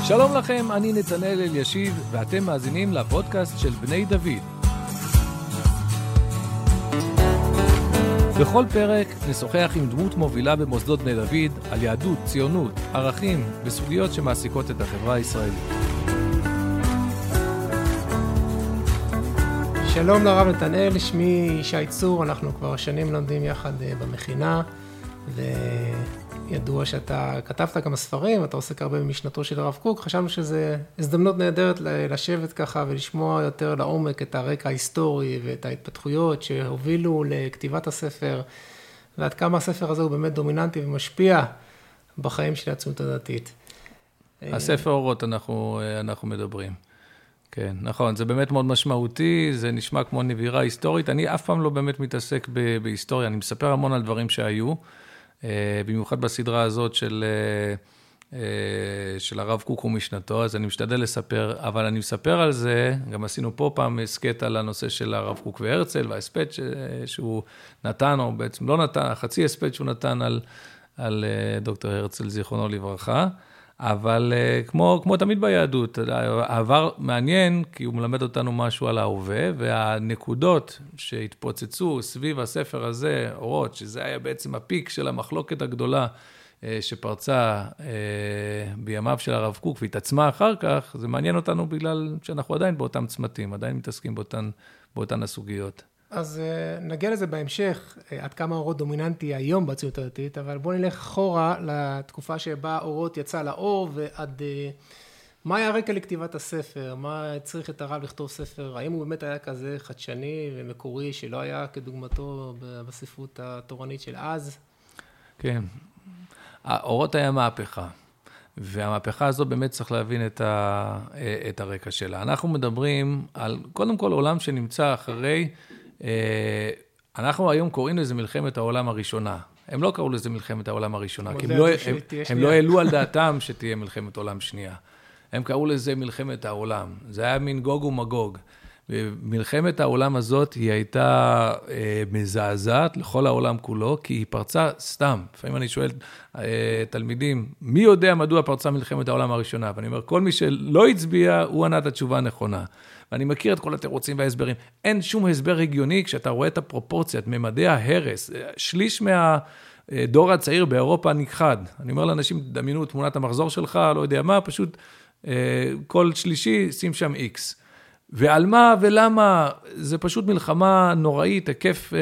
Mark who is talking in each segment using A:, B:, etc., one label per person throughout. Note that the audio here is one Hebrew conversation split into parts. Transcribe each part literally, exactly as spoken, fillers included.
A: שלום לכם, אני נתנאל אלישיב, ואתם מאזינים לפודקאסט של בני דוד. בכל פרק נשוחח עם דמות מובילה במוסדות בני דוד על יהדות, ציונות, ערכים וסוגיות שמעסיקות את החברה הישראלית.
B: שלום לרב נתנאל, שמי ישי צור, אנחנו כבר שנים לומדים יחד במכינה, וידוע שאתה כתבת כמה ספרים, אתה עוסק הרבה במשנתו של הרב קוק, חשבנו שזה הזדמנות נהדרת לשבת ככה ולשמוע יותר לעומק את הרקע ההיסטורי ואת ההתפתחויות שהובילו לכתיבת הספר, ועד כמה הספר הזה הוא באמת דומיננטי ומשפיע בחיים של הציונות הדתית.
A: הספר אורות אנחנו, אנחנו מדברים. כן, נכון, זה באמת מאוד משמעותי, זה נשמע כמו נבירה היסטורית, אני אף פעם לא באמת מתעסק ב- בהיסטוריה, אני מספר המון על דברים שהיו, במיוחד בסדרה הזאת של, של הרב קוק ומשנתו, אז אני משתדל לספר, אבל אני מספר על זה, גם עשינו פה פעם הסקט על הנושא של הרב קוק והרצל, וההספד שהוא נתן, או בעצם לא נתן, חצי הספד שהוא נתן על, על דוקטור הרצל, זיכרונו לברכה, אבל כמו, כמו תמיד ביהדות, העבר מעניין, כי הוא מלמד אותנו משהו על ההווה, והנקודות שהתפוצצו סביב הספר הזה, אורות, שזה היה בעצם הפיק של המחלוקת הגדולה שפרצה בימיו של הרב קוק, והתעצמה אחר כך, זה מעניין אותנו בגלל שאנחנו עדיין באותם צמתים, עדיין מתעסקים באותן, באותן הסוגיות.
B: אז נגיע לזה בהמשך, עד כמה אורות דומיננטי היום בציונות הדתית, אבל בואו נלך אחורה לתקופה שבה אורות יצא לאור, ועד מה היה הרקע לכתיבת הספר, מה צריך את הרב לכתוב ספר, האם הוא באמת היה כזה חדשני ומקורי, שלא היה כדוגמתו בספרות התורנית של אז?
A: כן, האורות היה מהפכה, והמהפכה הזו באמת צריך להבין את, ה, את הרקע שלה. אנחנו מדברים על, קודם כל, עולם שנמצא אחרי, אנחנו היום קוראים לזה מלחמת העולם הראשונה. הם לא קראו לזה מלחמת העולם הראשונה, כי הם לא, הם, הם לא העלו על דעתם שתהיה מלחמת עולם שנייה. הם קראו לזה מלחמת העולם. זה היה מין גוג ומגוג. מלחמת העולם הזאת היא הייתה אה, מזעזעת לכל העולם כולו, כי היא פרצה סתם. לפעמים אני שואל אה, תלמידים, מי יודע מדוע פרצה מלחמת העולם הראשונה? ואני אומר, כל מי שלא הצביע, הוא ענה את התשובה הנכונה. ואני מכיר את כל התירוצים וההסברים. אין שום הסבר הגיוני כשאתה רואה את הפרופורציה, את ממדי ההרס. שליש מהדור הצעיר באירופה נכחד. אני אומר לאנשים, דמיינו תמונת המחזור שלך, לא יודע מה, פשוט אה, כל שלישי שים שם איקס. ועל מה ולמה, זה פשוט מלחמה נוראית, היקף,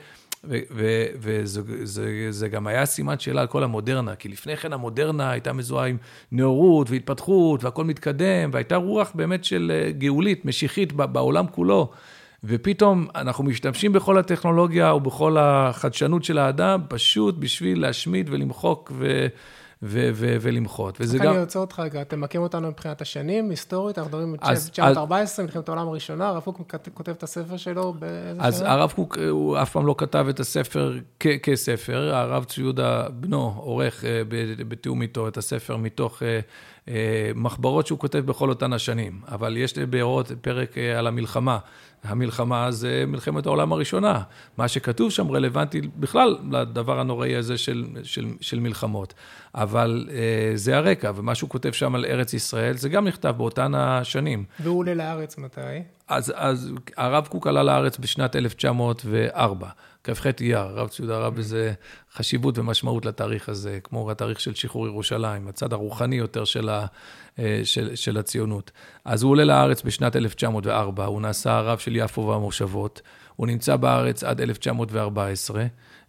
A: וזה גם היה סימן שאלה על כל המודרנה, כי לפני כן המודרנה הייתה מזוהה עם נאורות והתפתחות, והכל מתקדם, והייתה רוח באמת של גאולית, משיחית בעולם כולו, ופתאום אנחנו משתמשים בכל הטכנולוגיה ובכל החדשנות של האדם, פשוט בשביל להשמיד ולמחוק ו... ו- ו- ולמחות.
B: וזה גם... אני רוצה אותך רגע, אתם מכירים אותנו מבחינת השנים, היסטורית, אנחנו מדברים ב-תשע מאות וארבע עשרה, מלחמת העולם הראשונה, הרב קוק כותב את הספר שלו באיזה שנה?
A: אז הרב קוק, הוא אף פעם לא כתב את הספר כ- כספר, הרב צבי יהודה בנו עורך בתיאום איתו את הספר מתוך מחברות שהוא כותב בכל אותן השנים, אבל יש באורות פרק על המלחמה, המלחמה זה מלחמת העולם הראשונה. מה שכתוב שם רלוונטי בכלל לדבר הנוראי הזה של, של, של מלחמות. אבל אה, זה הרקע, ומה שהוא כותב שם על ארץ ישראל, זה גם נכתב באותן השנים.
B: והוא עולה לארץ מתי?
A: אז, אז הרב קוק עלה לארץ בשנת אלף תשע מאות וארבע. כ"ח אייר, הרב צבי יהודה ראה בזה חשיבות ומשמעות לתאריך הזה, כמו התאריך של שחרור ירושלים, הצד הרוחני יותר של, ה, של, של הציונות. אז הוא עולה לארץ בשנת אלף תשע מאות וארבע, הוא נעשה הרב של יפו והמושבות, הוא נמצא בארץ עד אלף תשע מאות וארבע עשרה,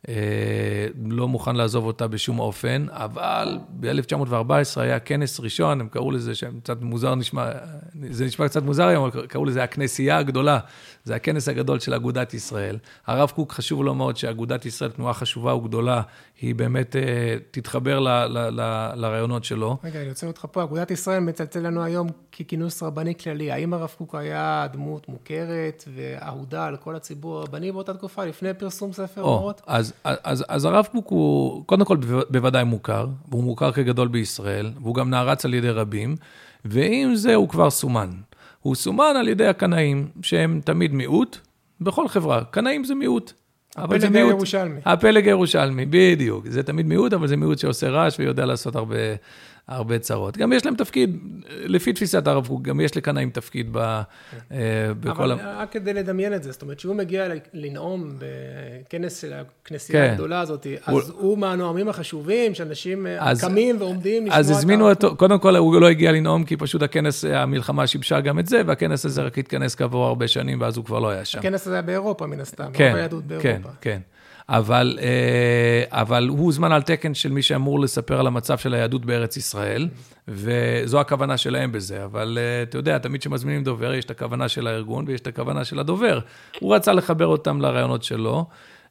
A: לא מוכן לעזוב אותה בשום אופן, אבל ב-אלף תשע מאות וארבע עשרה היה כנס ראשון, הם קראו לזה, קצת מוזר נשמע, זה נשמע קצת מוזר היום, אבל קראו לזה הכנסייה הגדולה, זה הכנס הגדול של אגודת ישראל. הרב קוק חשוב לו מאוד שאגודת ישראל, תנועה חשובה וגדולה, היא באמת תתחבר ל, ל, ל, לרעיונות שלו.
B: רגע, אני רוצה אותך פה, אגודת ישראל מצלצל לנו היום ככינוס רבני כללי, האם הרב קוק היה דמות מוכרת ואהודה על כל הציבור הרבני באותה תקופה, לפני פרסום ספר אורות?
A: אז, אז, אז הרב קוק הוא, קודם כל בוודאי מוכר, והוא מוכר כגדול בישראל, והוא גם נערץ על ידי רבים, ועם זה הוא כבר סומן. הוא סומן על ידי הקנאים, שהם תמיד מיעוט, בכל חברה. קנאים זה מיעוט.
B: הפלג הירושלמי.
A: הפלג הירושלמי, בדיוק. זה תמיד מיעוט, אבל זה מיעוט שעושה רעש ויודע לעשות הרבה, הרבה צרות. גם יש להם תפקיד, לפי תפיסת הרב קוק, גם יש לקנאים תפקיד ב, בכל...
B: אבל רק כדי לדמיין את זה, זאת אומרת, שהוא מגיע לנאום בכנס של הכנסייה הגדולה הזאת, אז הוא מהנואמים החשובים, שאנשים קמים ועומדים לשמוע את...
A: אז הזמינו אותו, קודם כל הוא לא הגיע לנאום, כי פשוט הכנס, המלחמה שיבשה גם את זה, והכנס הזה רק התכנס כעבור הרבה שנים, ואז הוא כבר לא היה שם.
B: הכנס הזה היה באירופה, מן הסתם, כן, היהדות באירופה.
A: כן, כן. אבל, אבל הוא זמן על תקן של מי שאמור לספר על המצב של היהדות בארץ ישראל, וזו הכוונה שלהם בזה. אבל אתה יודע, תמיד שמזמינים דובר, יש את הכוונה של הארגון ויש את הכוונה של הדובר. הוא רצה לחבר אותם לרעיונות שלו,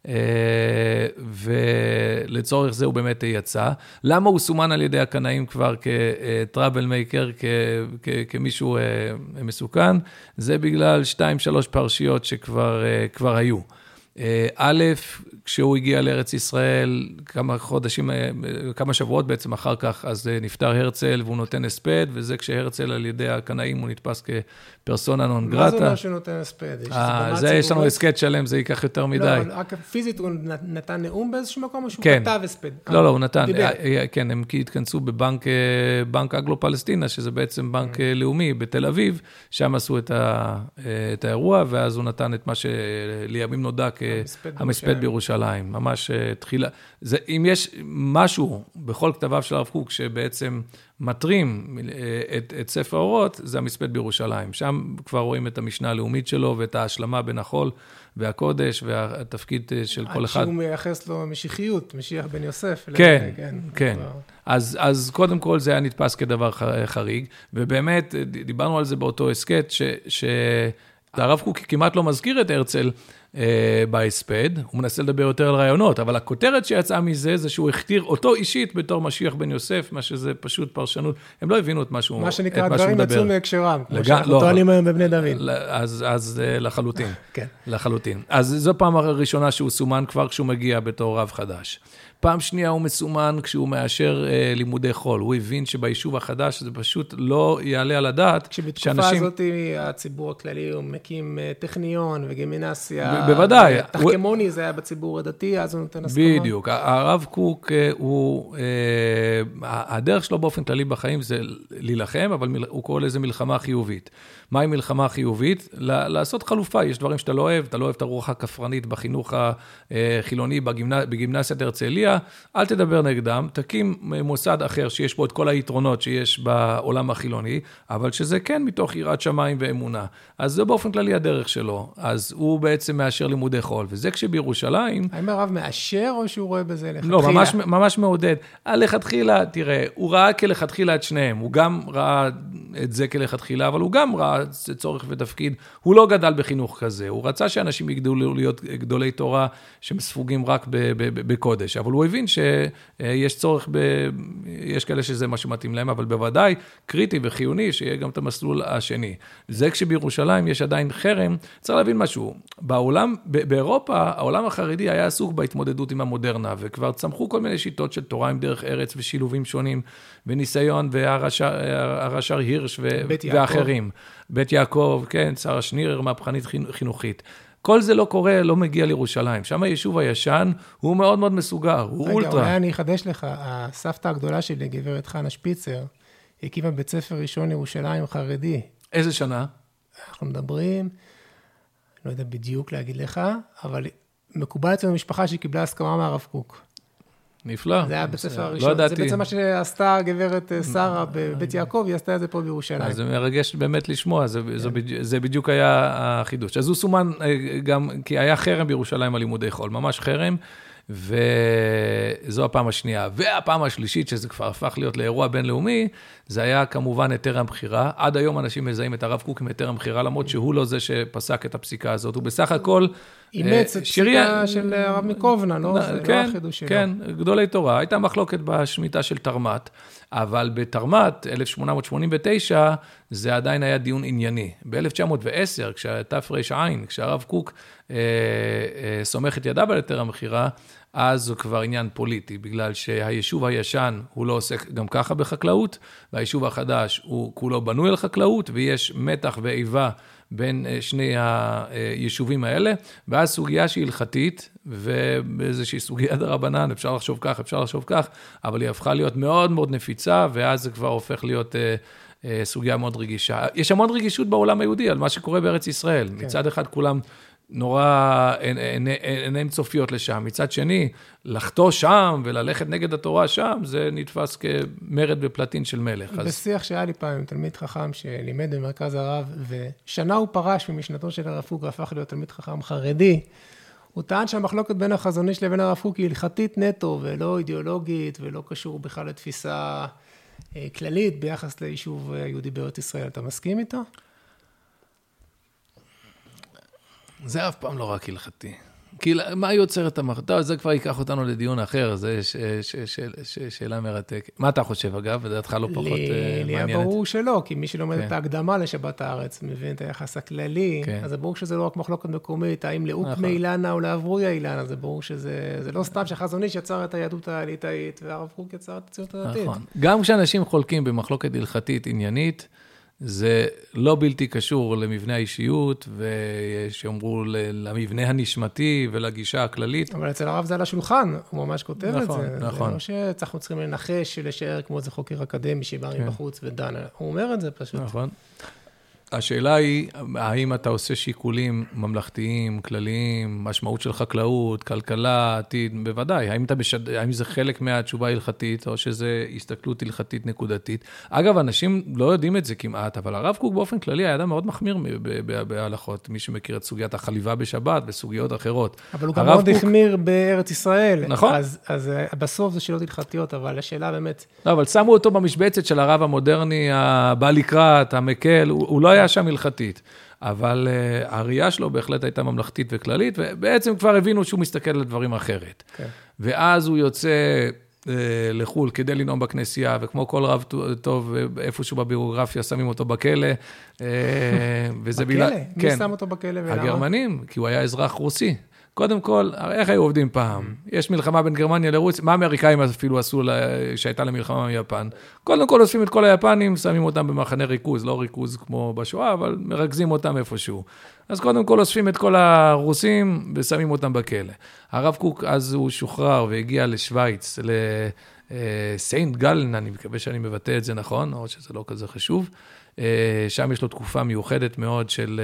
A: ולצורך זה הוא באמת יצא. למה הוא סומן על ידי הקנאים כבר כטראבל מייקר, כמישהו מסוכן? זה בגלל שתיים, שלוש פרשיות שכבר היו. א', כשהוא הגיע לארץ ישראל, כמה חודשים, כמה שבועות בעצם אחר כך, אז נפטר הרצל והוא נותן הספד, וזה כשהרצל על ידי הקנאים הוא נתפס כפרסונה נון גרטה.
B: מה זה אומר שהוא נותן הספד?
A: זה יש לנו הסקט שלם, זה ייקח יותר מדי.
B: לא, אבל רק פיזית הוא נתן נאום באיזשהו מקום, או שהוא כתב הספד?
A: לא, לא, הוא נתן, כן, הם התכנסו בבנק אגלו-פלסטינה, שזה בעצם בנק לאומי בתל אביב, שם עשו את האירוע, ואז הוא נתן את מה שלימים נודע המספד בירושלים, ממש תחילה. זה, אם יש משהו בכל כתביו של הרב קוק שבעצם מטרים את, את ספר האורות, זה המספד בירושלים. שם כבר רואים את המשנה הלאומית שלו ואת ההשלמה בין החול והקודש והתפקיד של כל אחד.
B: שהוא מייחס לו משיחיות, משיח בן יוסף.
A: כן, כן. כן. אז, אז קודם כל זה היה נתפס כדבר חריג, ובאמת דיברנו על זה באותו הסקט, ש, ש... הרב קוק כמעט לא מזכיר את הרצל בהספד, הוא מנסה לדבר יותר על רעיונות, אבל הכותרת שיצאה מזה זה שהוא הכתיר אותו אישית בתור משיח בן יוסף, מה שזה פשוט פרשנות, הם לא הבינו את מה שהוא מדבר.
B: מה שנקרא, דברים יצאו מהקשרם, כמו שאנחנו טוענים היום בבני דוד.
A: אז, אז לחלוטין, כן. לחלוטין. אז זו פעם הראשונה שהוא סומן כבר כשהוא מגיע בתור רב חדש. פעם שנייה הוא מסומן כשהוא מאשר אה, לימודי חול. הוא הבין שביישוב החדש זה פשוט לא יעלה על הדעת.
B: כשבתקופה שאנשים... הזאת הציבור הכללי הוא מקים טכניון וגימנסיה.
A: בוודאי.
B: תחכמוני הוא... זה היה בציבור הדתי, אז הוא נותן הסכמה.
A: בדיוק. הרב קוק הוא, אה, הדרך שלו באופן כללי בחיים זה להילחם, אבל הוא קורא לזה מלחמה חיובית. מהי מלחמה חיובית? לעשות חלופה. יש דברים שאתה לא אוהב, אתה לא אוהב את הרוח הכפרנית בחינוך החילוני, בגימנ... בגימנסיה הרצליה, אל תדבר נגדם, תקים מוסד אחר שיש בו את כל היתרונות שיש בעולם החילוני, אבל שזה כן מתוך יראת שמיים ואמונה. אז זה באופן כללי הדרך שלו. אז הוא בעצם מאשר לימודי חול, וזה כשבירושלים...
B: האם הרב מאשר או שהוא רואה בזה לכתחילה?
A: לא, ממש, ממש מעודד. לכתחילה, תראה, הוא ראה כלכתחילה את שניהם, הוא גם ראה את זה כלכתחילה, אבל הוא גם ראה צורך ותפקיד. הוא לא גדל בחינוך כזה, הוא רצה שאנשים יגדלו להיות גדולי תורה שמספוגים רק בקודש, אבל הוא הבין שיש צורך, ב... יש כאלה שזה מה שמתאים להם, אבל בוודאי קריטי וחיוני שיהיה גם את המסלול השני. זה כשבירושלים יש עדיין חרם, צריך להבין משהו. בעולם, באירופה, העולם החרדי היה עסוק בהתמודדות עם המודרנה, וכבר צמחו כל מיני שיטות של תורה עם דרך ארץ ושילובים שונים, וניסיון, והרשר הירש ו... ואחרים. בית יעקב, כן, שרה שנירר, מהפכנית חינוכית. כל זה לא קורה, לא מגיע לירושלים. שם היישוב הישן הוא מאוד מאוד מסוגר, הוא
B: רגע,
A: אולטרה.
B: אולי אני אחדש לך, הסבתא הגדולה שלי, גברת חנה שפיצר, הקימה בית ספר ראשון ירושלים חרדי.
A: איזה שנה?
B: אנחנו מדברים, לא יודע בדיוק להגיד לך, אבל מקובל אצלנו משפחה שקיבלה הסכמה מהרב קוק.
A: נפלא.
B: זה היה בית ספר הראשון. לא ידעתי. זה בעצם מה שעשתה גברת שרה בבית יעקב, היא עשתה את זה פה בירושלים.
A: אז זה מרגש באמת לשמוע, זה, זה, זה בדיוק היה החידוש. אז הוא סומן גם, כי היה חרם בירושלים על לימודי חול, ממש חרם, וזו הפעם השנייה. והפעם השלישית, שזה כבר הפך להיות לאירוע בינלאומי, זה היה כמובן היתר המכירה. עד היום אנשים מזהים את הרב קוק עם היתר המכירה, למרות שהוא לא זה שפסק את הפסיקה הזאת. הוא בסך הכל...
B: אימץ את פסיקה של הרב מקובנה, לא? זה לא החידוש שלו.
A: כן, גדולי תורה. הייתה מחלוקת בשמיטה של תרמת, אבל בתרמת, אלף שמונה מאות שמונים ותשע, זה עדיין היה דיון ענייני. ב-אלף תשע מאות ועשר, כשתפרש עין, כשהרב קוק אה, אה, סומך את ידיו על היתר המכירה, אז זה כבר עניין פוליטי, בגלל שהיישוב הישן הוא לא עוסק גם ככה בחקלאות, והיישוב החדש הוא כולו בנוי על חקלאות, ויש מתח ואיבה בין שני היישובים האלה, ואז סוגיה שהיא הלכתית, ובאיזושהי סוגיה דרבנן, אפשר לחשוב כך, אפשר לחשוב כך, אבל היא הפכה להיות מאוד מאוד נפיצה, ואז זה כבר הופך להיות סוגיה מאוד רגישה. יש המון רגישות בעולם היהודי על מה שקורה בארץ ישראל. כן. מצד אחד כולם נורא עיניים צופיות לשם, מצד שני, לחתוא שם וללכת נגד התורה שם, זה נתפס כמרד בפלטין של מלך.
B: בשיח שהיה לי פעם עם תלמיד חכם שלימד במרכז הרב, ושנה הוא פרש ממשנתו של הרב קוק, והפך להיות תלמיד חכם חרדי, הוא טען שהמחלוקת בין החזון איש לבין הרב קוק היא הלכתית נטו, ולא אידיאולוגית, ולא קשור בכלל לתפיסה כללית ביחס ליישוב היהודי בארץ ישראל. אתה מסכים איתו?
A: זה אף פעם לא רק הלכתי. כי מה יוצר את המחלוקת? זה כבר ייקח אותנו לדיון אחר, זה שאלה מרתקת. מה אתה חושב, אגב? לדעתך לא פחות מעניינת?
B: לי היה ברור שלא, כי מי שלומד את ההקדמה לשבת הארץ, מבין את היחס הכללי, אז זה ברור שזה לא רק מחלוקת מקומית, האם לאוקמה אילנה או לאברוי אילנה, זה ברור שזה לא סתם שהחזון איש יצר את היהדות הליטאית, והרב קוק יצר את הציונות הדתית. נכון.
A: גם כשאנשים חולקים במחלוקת הלכתית עניינית, זה לא בלתי קשור למבנה האישיות, ושאומרו למבנה הנשמתי ולגישה הכללית.
B: אבל אצל הרב זה על השולחן, הוא ממש כותב
A: נכון,
B: את זה.
A: נכון.
B: זה לא שאנחנו צריכים לנחש, לשער כמו איזה חוקר אקדמי שבא כן. מבחוץ ודן. הוא אומר את זה פשוט. נכון.
A: השאלה היא, האם אתה עושה שיקולים ממלכתיים, כלליים, משמעות של חקלאות, כלכלה, עתיד, בוודאי. האם, אתה בשד... האם זה חלק מהתשובה ההלכתית, או שזה הסתכלות הלכתית נקודתית? אגב, אנשים לא יודעים את זה כמעט, אבל הרב קוק באופן כללי היה אדם מאוד מחמיר בהלכות, מי שמכיר את סוגיית החליבה בשבת וסוגיות אחרות.
B: אבל הוא גם מאוד קוק... החמיר בארץ ישראל.
A: נכון.
B: אז, אז בסוף זה שאלות הלכתיות, אבל השאלה באמת...
A: לא, אבל שמו אותו במשבצת של הרב המודרני, הבא לקראת, המקל, הוא, הוא לא היה שם הלכתית, אבל uh, הראייה שלו בהחלט הייתה ממלכתית וכללית, ובעצם כבר הבינו שהוא מסתכל על דברים אחרת. Okay. ואז הוא יוצא uh, לחול כדי לנאום בכנסייה, וכמו כל רב טוב, איפשהו בביוגרפיה שמים אותו בכלא. Uh,
B: וזה בכלא? בילה... מי כן. שם אותו בכלא ולמה?
A: הגרמנים, כי הוא היה אזרח רוסי. קודם כל, איך היו עובדים פעם? יש מלחמה בין גרמניה לרוסיה, מה האמריקאים אפילו עשו שהייתה למלחמה מיפן? קודם כל אוספים את כל היפנים, שמים אותם במחנה ריכוז, לא ריכוז כמו בשואה, אבל מרכזים אותם איפשהו. אז קודם כל אוספים את כל הרוסים ושמים אותם בכלא. הרב קוק אז הוא שוחרר והגיע לשוויץ, לסיינט גלן, אני מקווה שאני מבטא את זה נכון, או שזה לא כזה חשוב. שם יש לו תקופה מיוחדת מאוד של...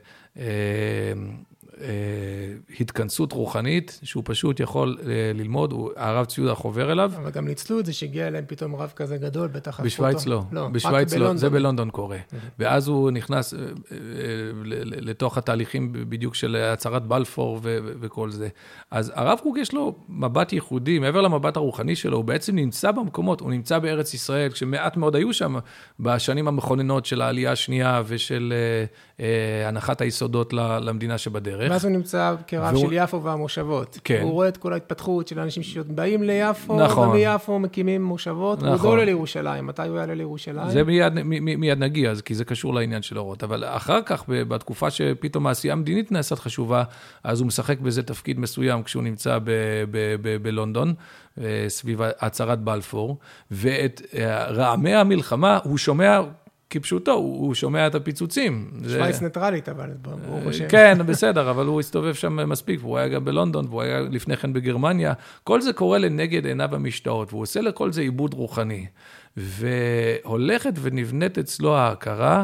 A: התכנסות רוחנית, שהוא פשוט יכול ללמוד, הרב ציודה חובר אליו.
B: אבל גם ניצלו את זה, שהגיע אליהם פתאום רב כזה גדול, בטח...
A: בשוויץ לא, בשוויץ לא, זה בלונדון קורה. ואז הוא נכנס לתוך התהליכים בדיוק של הצהרת בלפור וכל זה. אז הרב קוק יש לו מבט ייחודי, מעבר למבט הרוחני שלו, הוא בעצם נמצא במקומות, הוא נמצא בארץ ישראל, כשמעט מאוד היו שם בשנים המכוננות של העלייה השנייה ושל הנחת היסודות למדינה שבדרך.
B: ואז הוא נמצא כרב והוא... של יפו והמושבות. כן. הוא רואה את כל ההתפתחות של האנשים שבאים ליפו, נכון. ומיפו מקימים מושבות, נכון. הוא דולה לירושלים. מתי הוא יעלה לירושלים?
A: זה מיד, מ- מיד נגיע, כי זה קשור לעניין של אורות. אבל אחר כך, בתקופה שפתאום העשייה המדינית נעשית חשובה, אז הוא משחק בזה תפקיד מסוים, כשהוא נמצא ב- ב- ב- בלונדון, סביב הצהרת בלפור, ואת רעמי המלחמה הוא שומע... כפשוטו, הוא שומע את הפיצוצים.
B: שוויץ ניטרלית, אבל ברור השם.
A: כן, בסדר, אבל הוא הסתובב שם מספיק, והוא היה גם בלונדון, והוא היה לפני כן בגרמניה. כל זה קורה לנגד עיניו המשתאות, והוא עושה לכל זה עיבוד רוחני. והולכת ונבנית אצלו ההכרה,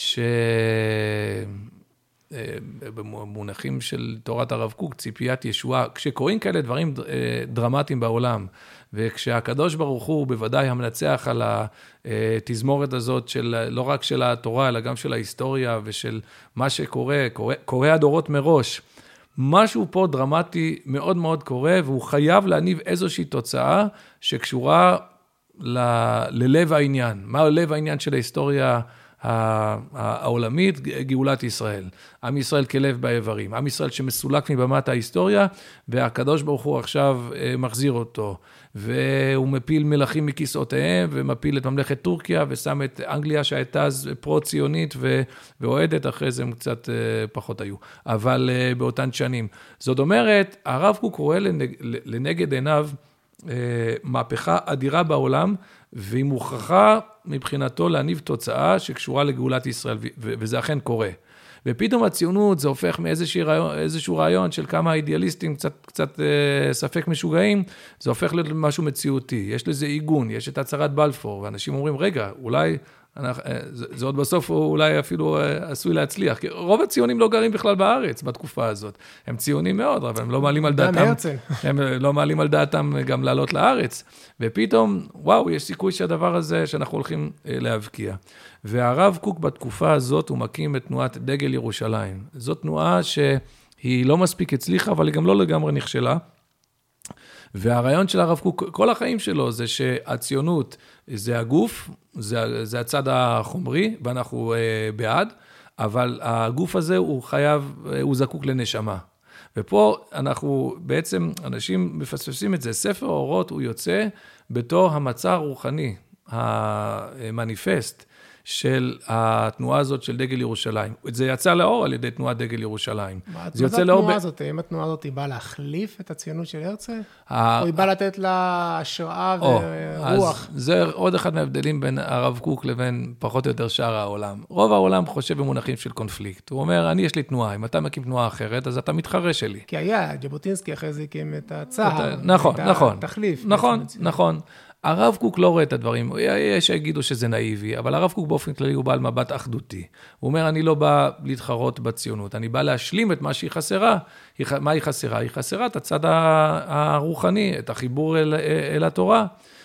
A: שבמונחים של תורת הרב קוק, ציפיית ישועה, כשקוראים כאלה דברים דרמטיים בעולם, וכשהקדוש ברוך הוא בוודאי המנצח על התזמורת הזאת, של, לא רק של התורה, אלא גם של ההיסטוריה ושל מה שקורה, קורה, קורה הדורות מראש. משהו פה דרמטי מאוד מאוד קורה, והוא חייב להניב איזושהי תוצאה שקשורה ל, ללב העניין. מה לב העניין של ההיסטוריה העולמית, גאולת ישראל. עם ישראל כלב באיברים, עם ישראל שמסולק מבמת ההיסטוריה, והקדוש ברוך הוא עכשיו מחזיר אותו, והוא מפיל מלכים מכיסאותיהם, ומפיל את ממלכת טורקיה, ושם את אנגליה שהייתה אז פרו-ציונית ואוהדת, אחרי זה הם קצת פחות היו, אבל באותן שנים. זאת אומרת, הרב קוק רואה לנגד עיניו מהפכה אדירה בעולם, והיא מוכרחה מבחינתו להניב תוצאה שקשורה לגאולת ישראל, וזה אכן קורה. ופתאום הציונות זה הופך מאיזשהו רעיון של כמה אידיאליסטים קצת, קצת ספק משוגעים, זה הופך להיות משהו מציאותי. יש לזה עיגון, יש את הצהרת בלפור, ואנשים אומרים, רגע, אולי, זה, זה עוד בסוף אולי אפילו עשוי להצליח, כי רוב הציונים לא גרים בכלל בארץ בתקופה הזאת. הם ציונים מאוד, אבל הם לא מעלים על דעתם, הם לא מעלים על דעתם גם לעלות לארץ. ופתאום, וואו, יש סיכוי שהדבר הזה שאנחנו הולכים להבקיע. והרב קוק בתקופה הזאת הוא מקים את תנועת דגל ירושלים. זאת תנועה שהיא לא מספיק הצליחה, אבל היא גם לא לגמרי נכשלה. והרעיון של הרב קוק, כל החיים שלו זה שהציונות זה הגוף, זה, זה הצד החומרי, ואנחנו אה, בעד, אבל הגוף הזה הוא חייב, הוא זקוק לנשמה. ופה אנחנו בעצם, אנשים מפספסים את זה, ספר אורות הוא יוצא בתור המצע הרוחני, המניפסט של התנועה הזאת של דגל ירושלים. זה יצא לאור על ידי תנועת דגל ירושלים.
B: מה זו התנועה הזאת? האם התנועה הזאת היא באה להחליף את הציונות של הרצל? או היא באה לתת לה השראה ורוח?
A: זה עוד אחד מההבדלים בין הרב קוק לבין פחות או יותר שאר העולם. רוב העולם חושב במונחים של קונפליקט. הוא אומר, אני יש לי תנועה, אם אתה מקים תנועה אחרת, אז אתה מתחרה שלי.
B: כי היה, ג'בוטינסקי אחרי זה הקים את הצהר.
A: נכון, נכון.
B: תחליף.
A: נכון, נכון. הרב קוק לא רואה את הדברים, יש שיגידו שזה נאיבי, אבל הרב קוק באופן כללי הוא בעל מבט אחדותי. הוא אומר, אני לא בא להתחרות בציונות, אני בא להשלים את מה שהיא חסרה. מה היא חסרה? היא חסרה את הצד הרוחני, את החיבור אל, אל התורה,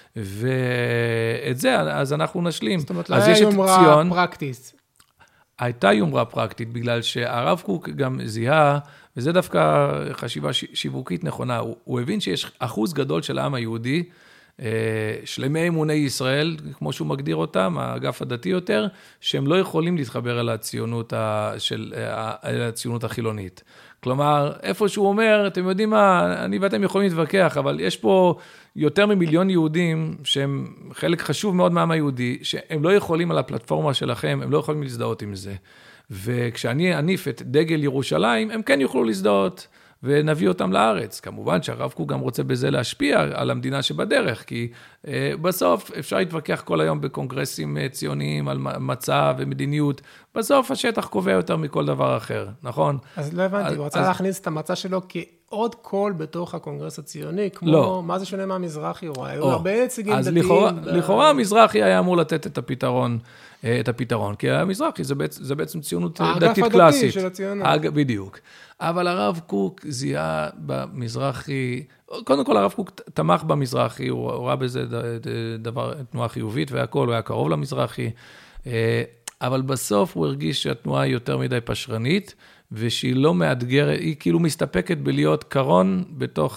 A: ואת זה, אז אנחנו נשלים.
B: זאת אומרת, לא היה יומרה פרקטית.
A: הייתה יומרה פרקטית, בגלל שהרב קוק גם זיהה, וזה דווקא חשיבה שיווקית נכונה, הוא, הוא הבין שיש אחוז גדול של העם היהודי, שלמי אמוני ישראל, כמו שהוא מגדיר אותם, האגף הדתי יותר, שהם לא יכולים להתחבר אל הציונות, של, אל הציונות החילונית. כלומר, איפה שהוא אומר, אתם יודעים מה, אני ואתם יכולים להתווכח, אבל יש פה יותר ממיליון יהודים, שהם חלק חשוב מאוד מהעם היהודי, שהם לא יכולים על הפלטפורמה שלכם, הם לא יכולים להזדהות עם זה. וכשאני אניף את דגל ירושלים, הם כן יוכלו להזדהות. ונביא אותם לארץ. כמובן שהרב קוק גם רוצה בזה להשפיע על המדינה שבדרך, כי אה, בסוף אפשר להתווכח כל היום בקונגרסים ציוניים על מצע ומדיניות, בסוף השטח קובע יותר מכל דבר אחר, נכון?
B: אז לא הבנתי, אז, הוא רצה אז... להכניס את המצע שלו כעוד קול בתוך הקונגרס הציוני, כמו,
A: לא.
B: מה זה שונה מהמזרחי? הוא היו הרבה נציגים
A: דתיים.
B: אז
A: לכאורה,
B: ב...
A: לכאורה המזרחי היה אמור לתת את הפתרון, את הפתרון, כי המזרחי זה בעצם, זה בעצם ציונות דתית קלאסית.
B: האגף הדתי של הציונות.
A: האג... בדיוק. אבל הרב קוק זיהה במזרחי, קודם כל הרב קוק תמך במזרחי, הוא ראה בזה דבר, תנועה חיובית והכל, הוא היה קרוב למזרחי, אבל בסוף הוא הרגיש שהתנועה היא יותר מדי פשרנית, ושהיא לא מאתגרת, היא כאילו מסתפקת בלהיות קרון בתוך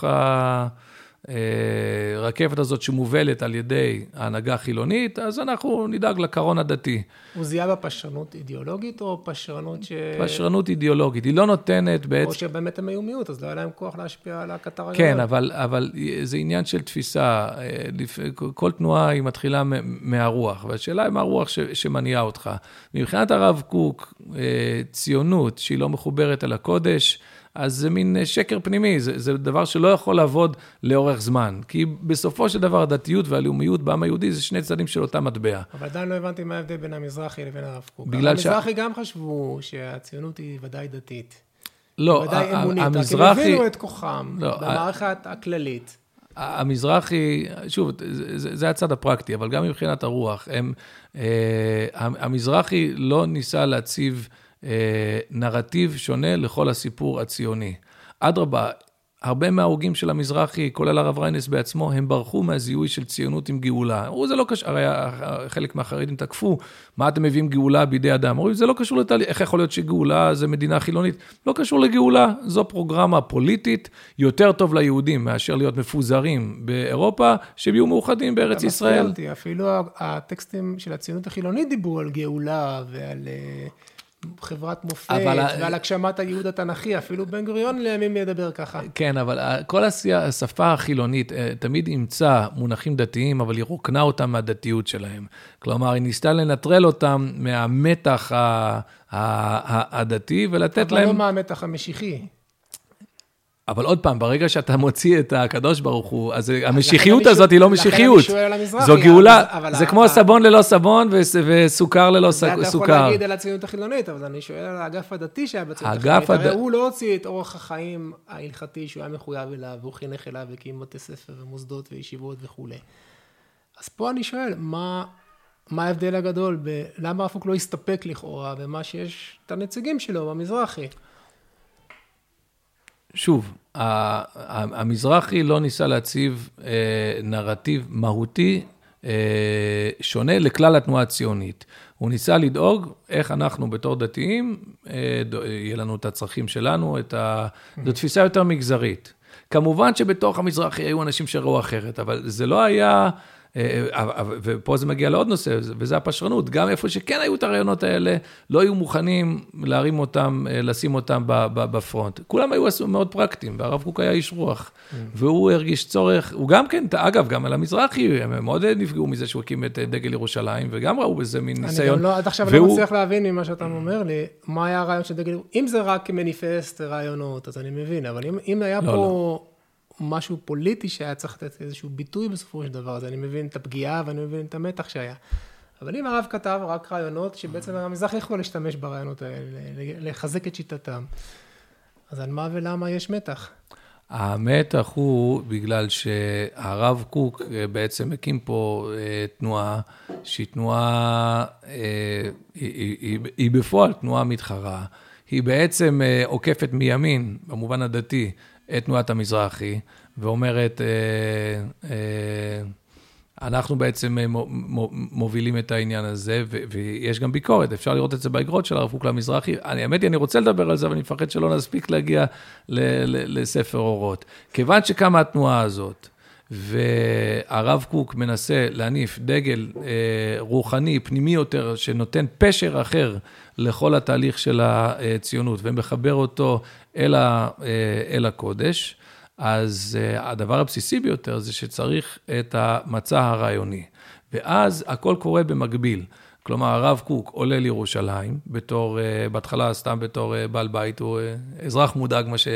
A: הרכבת הזאת שמובלת על ידי ההנהגה החילונית, אז אנחנו נדאג לקרון הדתי.
B: הוא זיהה בפשרנות אידיאולוגית או פשרנות ש...
A: פשרנות אידיאולוגית, היא לא נותנת בעצם...
B: או שבאמת הם היו מיעוט, אז לא היה להם כוח להשפיע על הקטר הגדול.
A: כן, אבל, אבל זה עניין של תפיסה, כל תנועה היא מתחילה מהרוח, והשאלה היא מה הרוח ש... שמניעה אותך. מבחינת הרב קוק, ציונות שהיא לא מחוברת אל הקודש, אז זה מין שקר פנימי, זה, זה דבר שלא יכול לעבוד לאורך זמן, כי בסופו של דבר הדתיות והלאומיות בעם היהודי זה שני צדדים של אותה מטבע.
B: אבל עדיין לא הבנתי מה ההבדל בין המזרחי לבין הרב קוק. המזרחי ש... גם חשבו שהציונות היא ודאי דתית.
A: לא,
B: ודאי אמונית,
A: המזרחי...
B: רק הם הבינו את כוחם לא, במערכת הכללית.
A: המזרחי, שוב, זה, זה הצד הפרקטי, אבל גם מבחינת הרוח, הם, המזרחי לא ניסה להציב נרטיב שונה לכל הסיפור הציוני. אדרבה, הרבה מההוגים של המזרחי, כולל הרב ריינס בעצמו, הם ברחו מהזיהוי של ציונות עם גאולה. אמרו, זה לא קשור, הרי חלק מהחרדים תקפו, מה אתם מביאים גאולה בידי אדם? אמרו, זה לא קשור לתהליך, איך יכול להיות שגאולה זה מדינה חילונית? לא קשור לגאולה, זו פרוגרמה פוליטית, יותר טוב ליהודים מאשר להיות מפוזרים באירופה, שהם יהיו מאוחדים בארץ ישראל.
B: אותי, אפילו הטקסטים של הציונות החילונית דיברו על גאולה ועל חברת מופת, ועל הגשמת הייעוד התנ"כי, אפילו בן גוריון לימים ידבר ככה.
A: כן, אבל כל השפה החילונית תמיד אימצה מונחים דתיים, אבל היא רוקנה אותם מהדתיות שלהם. כלומר, היא ניסתה לנטרל אותם מהמתח הדתי, ולתת להם...
B: אבל לא מהמתח המשיחי.
A: אבל עוד פעם, ברגע שאתה מוציא את הקדוש ברוך הוא, אז המשיחיות הזאת היא לא משיחיות. זו גאולה, זה כמו סבון ללא סבון וסוכר ללא סוכר.
B: זה אתה יכול להגיד על הציונות החילונית, אבל אני שואל על האגף הדתי שהיה בציונות החילונית. הרי הוא לא הוציא את אורח החיים ההלכתי שהוא היה מחויב אליו, והוא חינך אליו והקים בתי ספר ומוסדות וישיבות וכו'. אז פה אני שואל, מה ההבדל הגדול? למה הרב קוק לא הסתפק לכאורה במה שיש את הנציגים שלו במזרחי?
A: שוב, המזרחי לא ניסה להציב נרטיב מהותי שונה לכלל התנועה הציונית. הוא ניסה לדאוג איך אנחנו בתור דתיים, יהיה לנו את הצרכים שלנו, את ה... זו תפיסה יותר מגזרית. כמובן שבתוך המזרחי היו אנשים שראו אחרת, אבל זה לא היה... ופה זה מגיע לעוד נושא, וזה הפשרנות. גם איפה שכן היו את הרעיונות האלה, לא היו מוכנים להרים אותם, לשים אותם בפרונט. כולם היו מאוד פרקטיים, והרב קוק היה איש רוח. והוא הרגיש צורך, הוא גם כן, אגב, גם על המזרחי, הם מאוד נפגעו מזה שהוא הקים את דגל ירושלים, וגם ראו בזה מין ניסיון.
B: אני גם לא, עד עכשיו לא מצליח להבין ממה שאתה אומר לי, מה היה הרעיון של דגל, אם זה רק מניפסט רעיונות, אז אני מבין, אבל אם היה פה... משהו פוליטי שהיה צריך לתת איזשהו ביטוי בסופו של דבר, אז אני מבין את הפגיעה ואני מבין את המתח שהיה. אבל אם הרב כתב רק רעיונות, שבעצם המזרח יכול להשתמש ברעיונות האלה, לחזק את שיטתם, אז על מה ולמה יש מתח?
A: המתח הוא בגלל שהרב קוק בעצם הקים פה תנועה, שהיא תנועה, היא, היא, היא בפועל תנועה מתחרה, היא בעצם עוקפת מימין, במובן הדתי, את תנועת המזרחי, ואומרת, אנחנו בעצם מובילים את העניין הזה, ויש גם ביקורת, אפשר לראות את זה באגרות של הרב קוק למזרחי. האמת היא, אני רוצה לדבר על זה, אבל אני מפחד שלא נספיק להגיע לספר אורות. כיוון שקמה התנועה הזאת, והרב קוק מנסה להניף דגל רוחני, פנימי יותר, שנותן פשר אחר לכל התהליך של הציונות, ומחבר אותו אל, ה, אל הקודש, אז הדבר הבסיסי ביותר זה שצריך את המצע הרעיוני. ואז הכל קורה במקביל. כלומר, הרב קוק עולה לירושלים, בתור, בהתחלה סתם בתור בעל בית, הוא אזרח מודאג, מה, ש,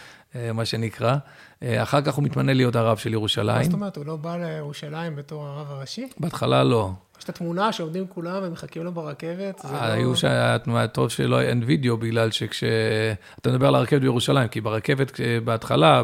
A: מה שנקרא. אחר כך הוא מתמנה להיות הרב של ירושלים.
B: מה זאת אומרת, הוא לא בא לירושלים בתור הרב הראשי?
A: בהתחלה לא.
B: יש את התמונה שעומדים כולם ומחכים לו ברכבת.
A: היו שהתנועה טוב שלא אין וידאו, בגלל שכש... אתה מדבר על הרכבת בירושלים, כי ברכבת בהתחלה,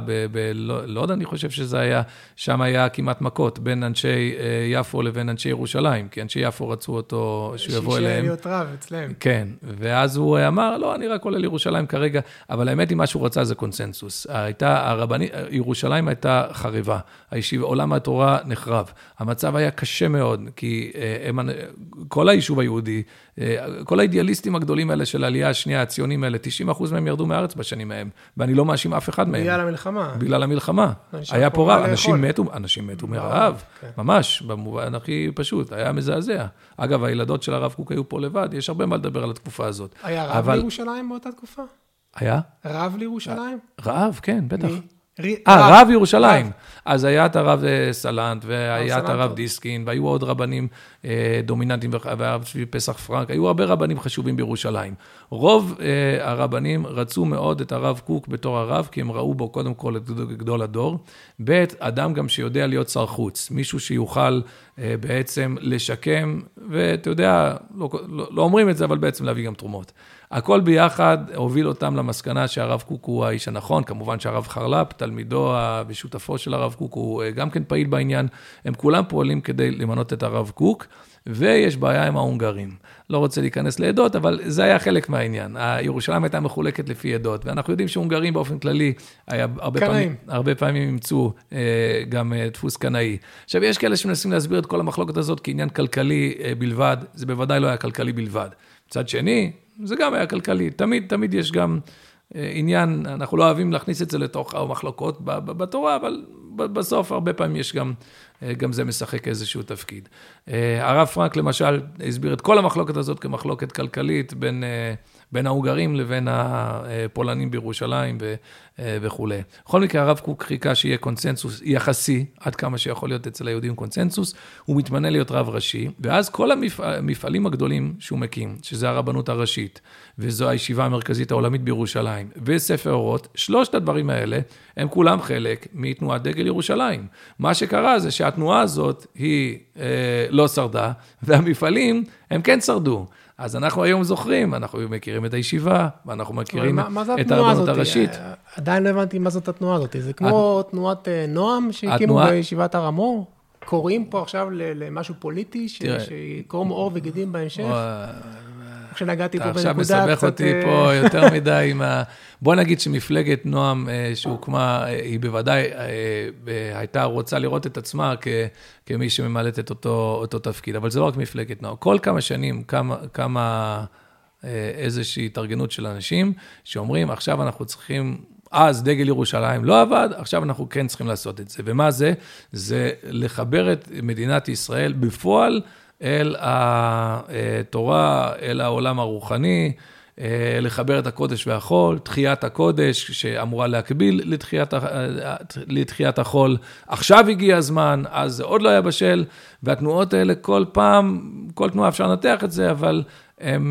A: לא יודע, אני חושב שזה היה, שם היה כמעט מכות בין אנשי יפו לבין אנשי ירושלים, כי אנשי יפו רצו אותו שהוא יבוא אליהם.
B: שיהיה להיות רב אצלם.
A: כן, ואז הוא אמר, לא, אני רק עולה לירושלים כרגע, אבל האמת היא מה שהוא רצה זה קונסנזוס. הייתה, הרבנית, ירושלים הייתה חריבה, עולם התורה נחרב. המצב היה קשה מאוד, כי הם, כל היישוב היהודי, כל האידיאליסטים הגדולים האלה של העלייה השנייה, הציונים האלה, תשעים אחוז מהם ירדו מארץ בשנים מהם, ואני לא מאשים אף אחד מהם.
B: בגלל המלחמה.
A: בגלל המלחמה. היה פה רב, אנשים מתו, אנשים מתו מרעב, ממש, במובן הכי פשוט, היה מזעזע. אגב, הילדות של הרב קוק היו פה לבד, יש הרבה מה לדבר על התקופה הזאת.
B: היה רב לירושלים באותה תקופה?
A: היה?
B: רב לירושלים?
A: רב, כן, בטח. אה, רב ירושלים. אז היה את הרב סלנט, והיה את הרב דיסקין, והיו עוד רבנים דומיננטיים, והרב פסח פרנק, היו הרבה רבנים חשובים בירושלים. רוב הרבנים רצו מאוד את הרב קוק בתור הרב, כי הם ראו בו קודם כל את גדול הדור. ב' אדם גם שיודע להיות שר חוץ, מישהו שיוכל בעצם לשקם, ואתה יודע, לא, לא, לא אומרים את זה, אבל בעצם להביא גם תרומות. הכל ביחד הוביל אותם למסקנה שהרב קוק הוא האיש הנכון, כמובן שהרב חרל"פ, תלמידו ושותפו של הרב קוק, הוא גם כן פעיל בעניין, הם כולם פועלים כדי למנות את הרב קוק, ויש בעיה עם ההונגרים. לא רוצה להיכנס לעדות, אבל זה היה חלק מהעניין. ירושלים הייתה מחולקת לפי עדות, ואנחנו יודעים שהונגרים באופן כללי, היה הרבה פעמים, הרבה פעמים ימצאו גם דפוס קנאי. עכשיו, יש כאלה שמנסים להסביר את כל המחלוקת הזאת כעניין כלכלי בלבד, זה בוודאי לא היה כלכלי בלבד. מצד שני, זה גם היה כלכלי. תמיד, תמיד יש גם עניין, אנחנו לא אוהבים להכניס את זה לתוך המחלוקות בתורה, אבל בסוף הרבה פעמים יש גם, גם זה משחק איזשהו תפקיד. הרב פרנק למשל הסביר את כל המחלוקת הזאת כמחלוקת כלכלית בין, בין ההונגרים לבין הפולנים בירושלים ו, וכו'. בכל מקרה הרב קוק חיכה שיהיה קונסנזוס יחסי, עד כמה שיכול להיות אצל היהודים קונסנזוס, הוא מתמנה להיות רב ראשי, ואז כל המפעלים הגדולים שהוא מקים, שזה הרבנות הראשית, וזו הישיבה המרכזית העולמית בירושלים, וספר אורות, שלושת הדברים האלה, הם כולם חלק מתנועת דגל ירושלים. מה שקרה זה שהתנועה הזאת היא אה, לא שרדה, והמפעלים הם כן שרדו. אז אנחנו היום זוכרים, אנחנו מכירים את הישיבה, ואנחנו מכירים מה, מה את הרבנות הראשית.
B: עדיין לא הבנתי מה זאת התנועה הזאת. זה כמו הת... תנועת נועם שהקימו התנועה... בישיבת הר המור? קוראים פה עכשיו למשהו פוליטי, ש... שקוראים אור וגידים בהמשך? כשנגעתי פה בנקודה קצת... עכשיו מסבך אותי
A: פה יותר מדי עם ה... בוא נגיד שמפלגת נועם שהוקמה, היא בוודאי הייתה רוצה לראות את עצמה כמי שממלאת את אותו, אותו תפקיד, אבל זה לא רק מפלגת נועם. כל כמה שנים, כמה, כמה איזושהי התארגנות של אנשים שאומרים, עכשיו אנחנו צריכים... אז דגל ירושלים לא עבד, עכשיו אנחנו כן צריכים לעשות את זה. ומה זה? זה לחבר את מדינת ישראל בפועל אל התורה, אל העולם הרוחני, לחבר את הקודש והחול, תחיית הקודש שאמורה להקביל לתחיית, לתחיית החול. עכשיו הגיע הזמן, אז זה עוד לא היה בשל, והתנועות האלה כל פעם, כל תנועה אפשר לנתח את זה, אבל הן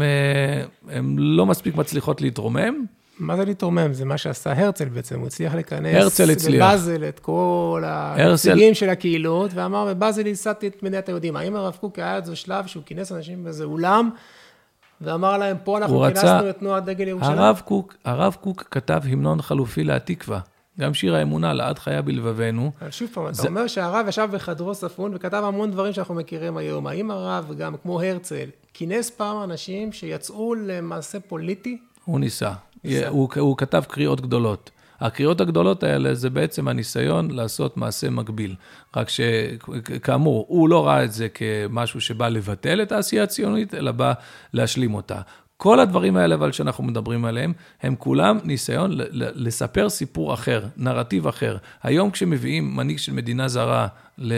A: לא מספיק מצליחות להתרומם.
B: מה זה להתרומם? זה מה שעשה הרצל בעצם, הוא הצליח לכנס בבאזל את כל הנציגים של הקהילות, ואמר, בבאזל ייסדתי את מדינת היהודים. האם הרב קוק היה איזה שלב שהוא כינס אנשים באיזה אולם, ואמר להם, פה אנחנו כינסנו את תנועת דגל ירושלים?
A: הרב קוק, הרב קוק כתב המנון חלופי להתקווה, גם שיר האמונה, לעד חיה בלבבנו.
B: שוב פעם, אתה אומר שהרב ישב בחדרו ספון, וכתב המון דברים שאנחנו מכירים היום. האם הרב, גם כמו הרצל, כינס פעם אנשים שיצאו למעשה פוליטי?
A: הוא ניסה. הוא, הוא כתב קריאות גדולות. הקריאות הגדולות האלה זה בעצם הניסיון לעשות מעשה מקביל. רק שכאמור, הוא לא ראה את זה כמשהו שבא לבטל את העשייה הציונית, אלא בא להשלים אותה. כל הדברים האלה, אבל שאנחנו מדברים עליהם, הם כולם ניסיון לספר סיפור אחר, נרטיב אחר. היום כשמביאים מנהיג של מדינה זרה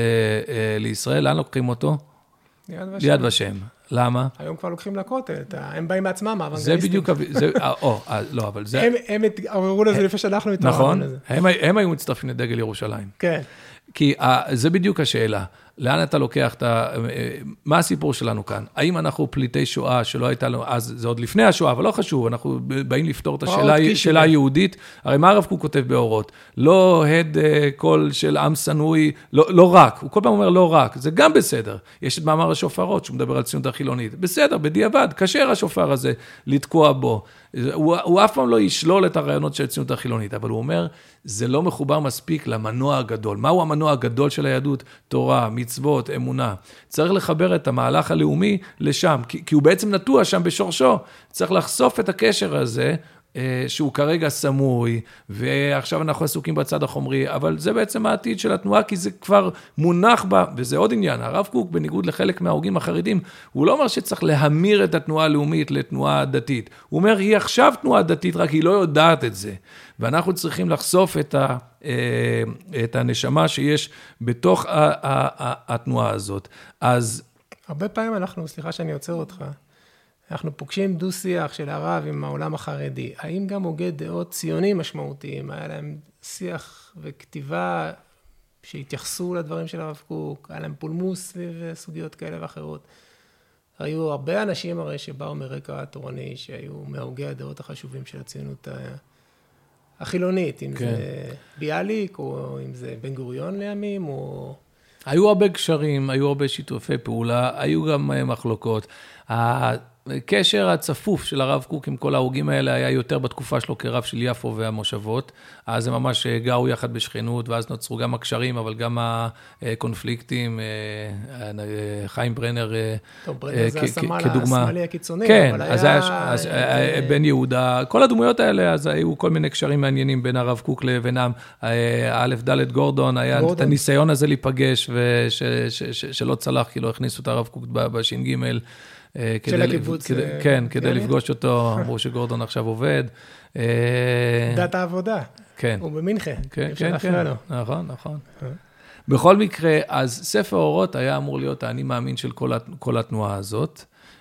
A: לישראל, לאן לוקחים אותו?
B: ליד ושם.
A: ליד ושם. למה?
B: היום כבר לוקחים לכותל, הם באים מעצמם, האוונגליסטים.
A: זה בדיוק, זה, או, לא, אבל זה...
B: הם התעוררו לזה לפני שאנחנו התעוררנו לזה.
A: נכון, הם היו מצטרפים לדגל ירושלים.
B: כן.
A: כי זה בדיוק השאלה, לאן אתה לוקח את ה... מה הסיפור שלנו כאן? האם אנחנו פליטי שואה שלא הייתה לנו, אז זה עוד לפני השואה, אבל לא חשוב, אנחנו באים לפתור את השאלה היהודית, הרי מה הרב קוק כותב באורות? לא הד קול של עם סנוי, לא, לא רק, הוא כל פעם אומר לא רק, זה גם בסדר. יש את מאמר השופרות, שהוא מדבר על ציונות החילונית, בסדר, בדיעבד, קשה השופר הזה לתקוע בו. הוא, הוא אף פעם לא ישלול את הרעיונות של ציונות החילונית, אבל הוא אומר, זה לא מחובר מספיק למנוע הגדול. מהו המנוע הגדול של היהדות? תורה, מצוות, אמונה. צריך לחבר את המהלך הלאומי לשם, כי, כי הוא בעצם נטוע שם בשורשו. צריך לחשוף את הקשר הזה, שהוא כרגע סמוי, ועכשיו אנחנו עסוקים בצד החומרי, אבל זה בעצם העתיד של התנועה, כי זה כבר מונח בה, וזה עוד עניין. הרב קוק, בניגוד לחלק מההוגים החרדים, הוא לא אומר שצריך להמיר את התנועה הלאומית לתנועה דתית. הוא אומר, היא עכשיו תנועה דתית, רק היא לא יודעת את זה. ואנחנו צריכים לחשוף את, ה, את הנשמה שיש בתוך התנועה הזאת. אז...
B: הרבה פעמים אנחנו, סליחה שאני עוצר אותך, אנחנו פוגשים דו-שיח של הרב עם העולם החרדי. האם גם הוגי דעות ציונים משמעותיים? היה להם שיח וכתיבה שהתייחסו לדברים של הרב קוק, היה להם פולמוס סביב סוגיות כאלה ואחרות. היו הרבה אנשים הרי שבאו מרקע התורני, שהיו מהוגי הדעות החשובים של הציונות החילונית, אם כן. זה ביאליק, או אם זה בן גוריון לימים, או...
A: היו הרבה קשרים, היו הרבה שיתופי פעולה, היו גם מחלוקות. הקשר הצפוף של הרב קוק עם כל ההוגים האלה היה יותר בתקופה שלו כרב של יפו והמושבות, אז הם ממש גרו יחד בשכנות, ואז נוצרו גם הקשרים, אבל גם הקונפליקטים, חיים ברנר
B: טוב, ברנר זה
A: כדוגמה.
B: השמאלי הקיצוני,
A: כן,
B: אבל
A: אז היה אז, בן יהודה, כל הדמויות האלה, אז היו כל מיני קשרים מעניינים בין הרב קוק לבינם, א' ד' גורדון, היה גורדון. את הניסיון הזה להיפגש, ושלא צלח, כי לא הכניסו את הרב קוק בש"ג,
B: של הקיבוץ.
A: כן, כדי לפגוש אותו, אמרו שגורדון עכשיו עובד.
B: דת העבודה.
A: כן.
B: הוא במינכה.
A: כן, כן, כן. נכון, נכון. בכל מקרה, אז ספר אורות היה אמור להיות האני מאמין של כל התנועה הזאת,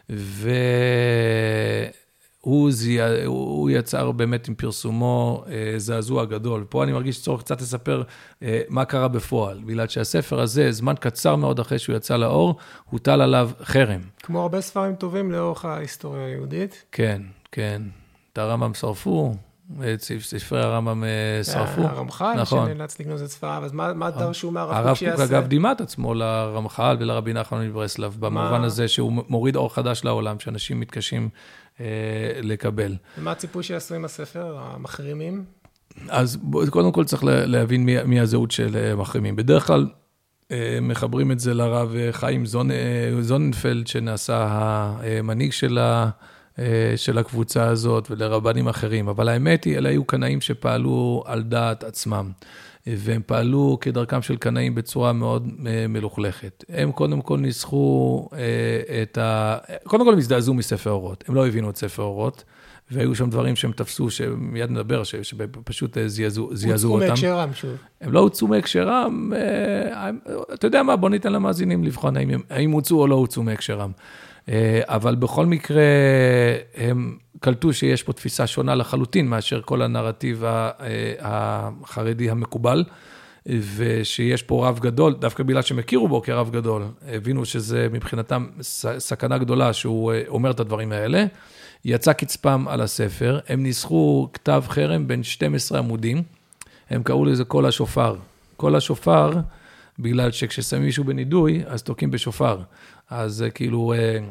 A: והוא יצר באמת עם פרסומו זעזוע גדול. פה אני מרגיש צורך קצת לספר מה קרה בפועל, בגלל שהספר הזה, זמן קצר מאוד אחרי שהוא יצא לאור, הוטל עליו חרם.
B: כמו הרבה ספרים טובים לאורך ההיסטוריה היהודית.
A: כן, כן. את הרמב"ם שרפו, את ספרי הרמב"ם שרפו.
B: הרמח"ל שנאלץ לגנוז את ספריו, אז מה דרשו מהרב קוק שיעשה?
A: הרב קוק אגב דימה את עצמו לרמח"ל ולרבי נחמן מברסלב, במובן הזה שהוא מוריד אור חדש לעולם, שאנשים מתקשים לקבל.
B: ומה הציפוי שיעשו עם הספר, המחרימים?
A: אז קודם כל צריך להבין מי הזהות של מחרימים. בדרך כלל מחברים את זה לרב חיים זוננפלד, שנעשה המנהיג שלה, של הקבוצה הזאת ולרבנים אחרים, אבל האמת היא, אלה היו קנאים שפעלו על דעת עצמם, והם פעלו כדרכם של קנאים בצורה מאוד מלוכלכת. הם קודם כל ניסחו את ה... קודם כל הם הזדעזו מספר אורות, הם לא הבינו את ספר אורות, והיו שם דברים שהם תפסו, שמיד נדבר, שפשוט זיעזו אותם.
B: הוצאו מהקשרם שוב.
A: הם לא הוצאו מהקשרם, אתה יודע מה, בוא ניתן למאזינים לבחון האם הוצאו או לא הוצאו מהקשרם. אבל בכל מקרה, הם קלטו שיש פה תפיסה שונה לחלוטין, מאשר כל הנרטיב החרדי המקובל, ושיש פה רב גדול, דווקא בגלל שהם הכירו בו כרב גדול, הבינו שזה מבחינתם סכנה גדולה, שהוא אומר את הדברים האלה, יצא קצפם על הספר, הם ניסחו כתב חרם בין שנים עשר עמודים, הם קראו לזה כל השופר. כל השופר, בגלל שכששמים מישהו בנידוי, אז תוקעים בשופר. אז כאילו,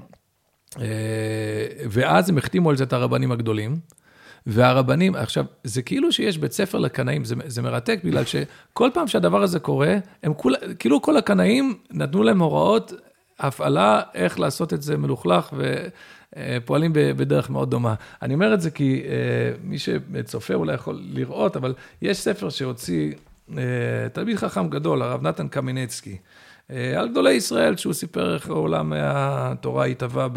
A: ואז הם החתימו על זה את הרבנים הגדולים, והרבנים, עכשיו, זה כאילו שיש בית ספר לקנאים, זה, זה מרתק, בגלל שכל פעם שהדבר הזה קורה, הם כול, כאילו כל הקנאים נתנו להם הוראות, הפעלה, איך לעשות את זה מלוכלך, ופועלים בדרך מאוד דומה. אני אומר את זה כי מי שצופה אולי יכול לראות, אבל יש ספר שהוציא תלמיד חכם גדול, הרב נתן קמינצקי, על גדולי ישראל, שהוא סיפר איך העולם התורה התהווה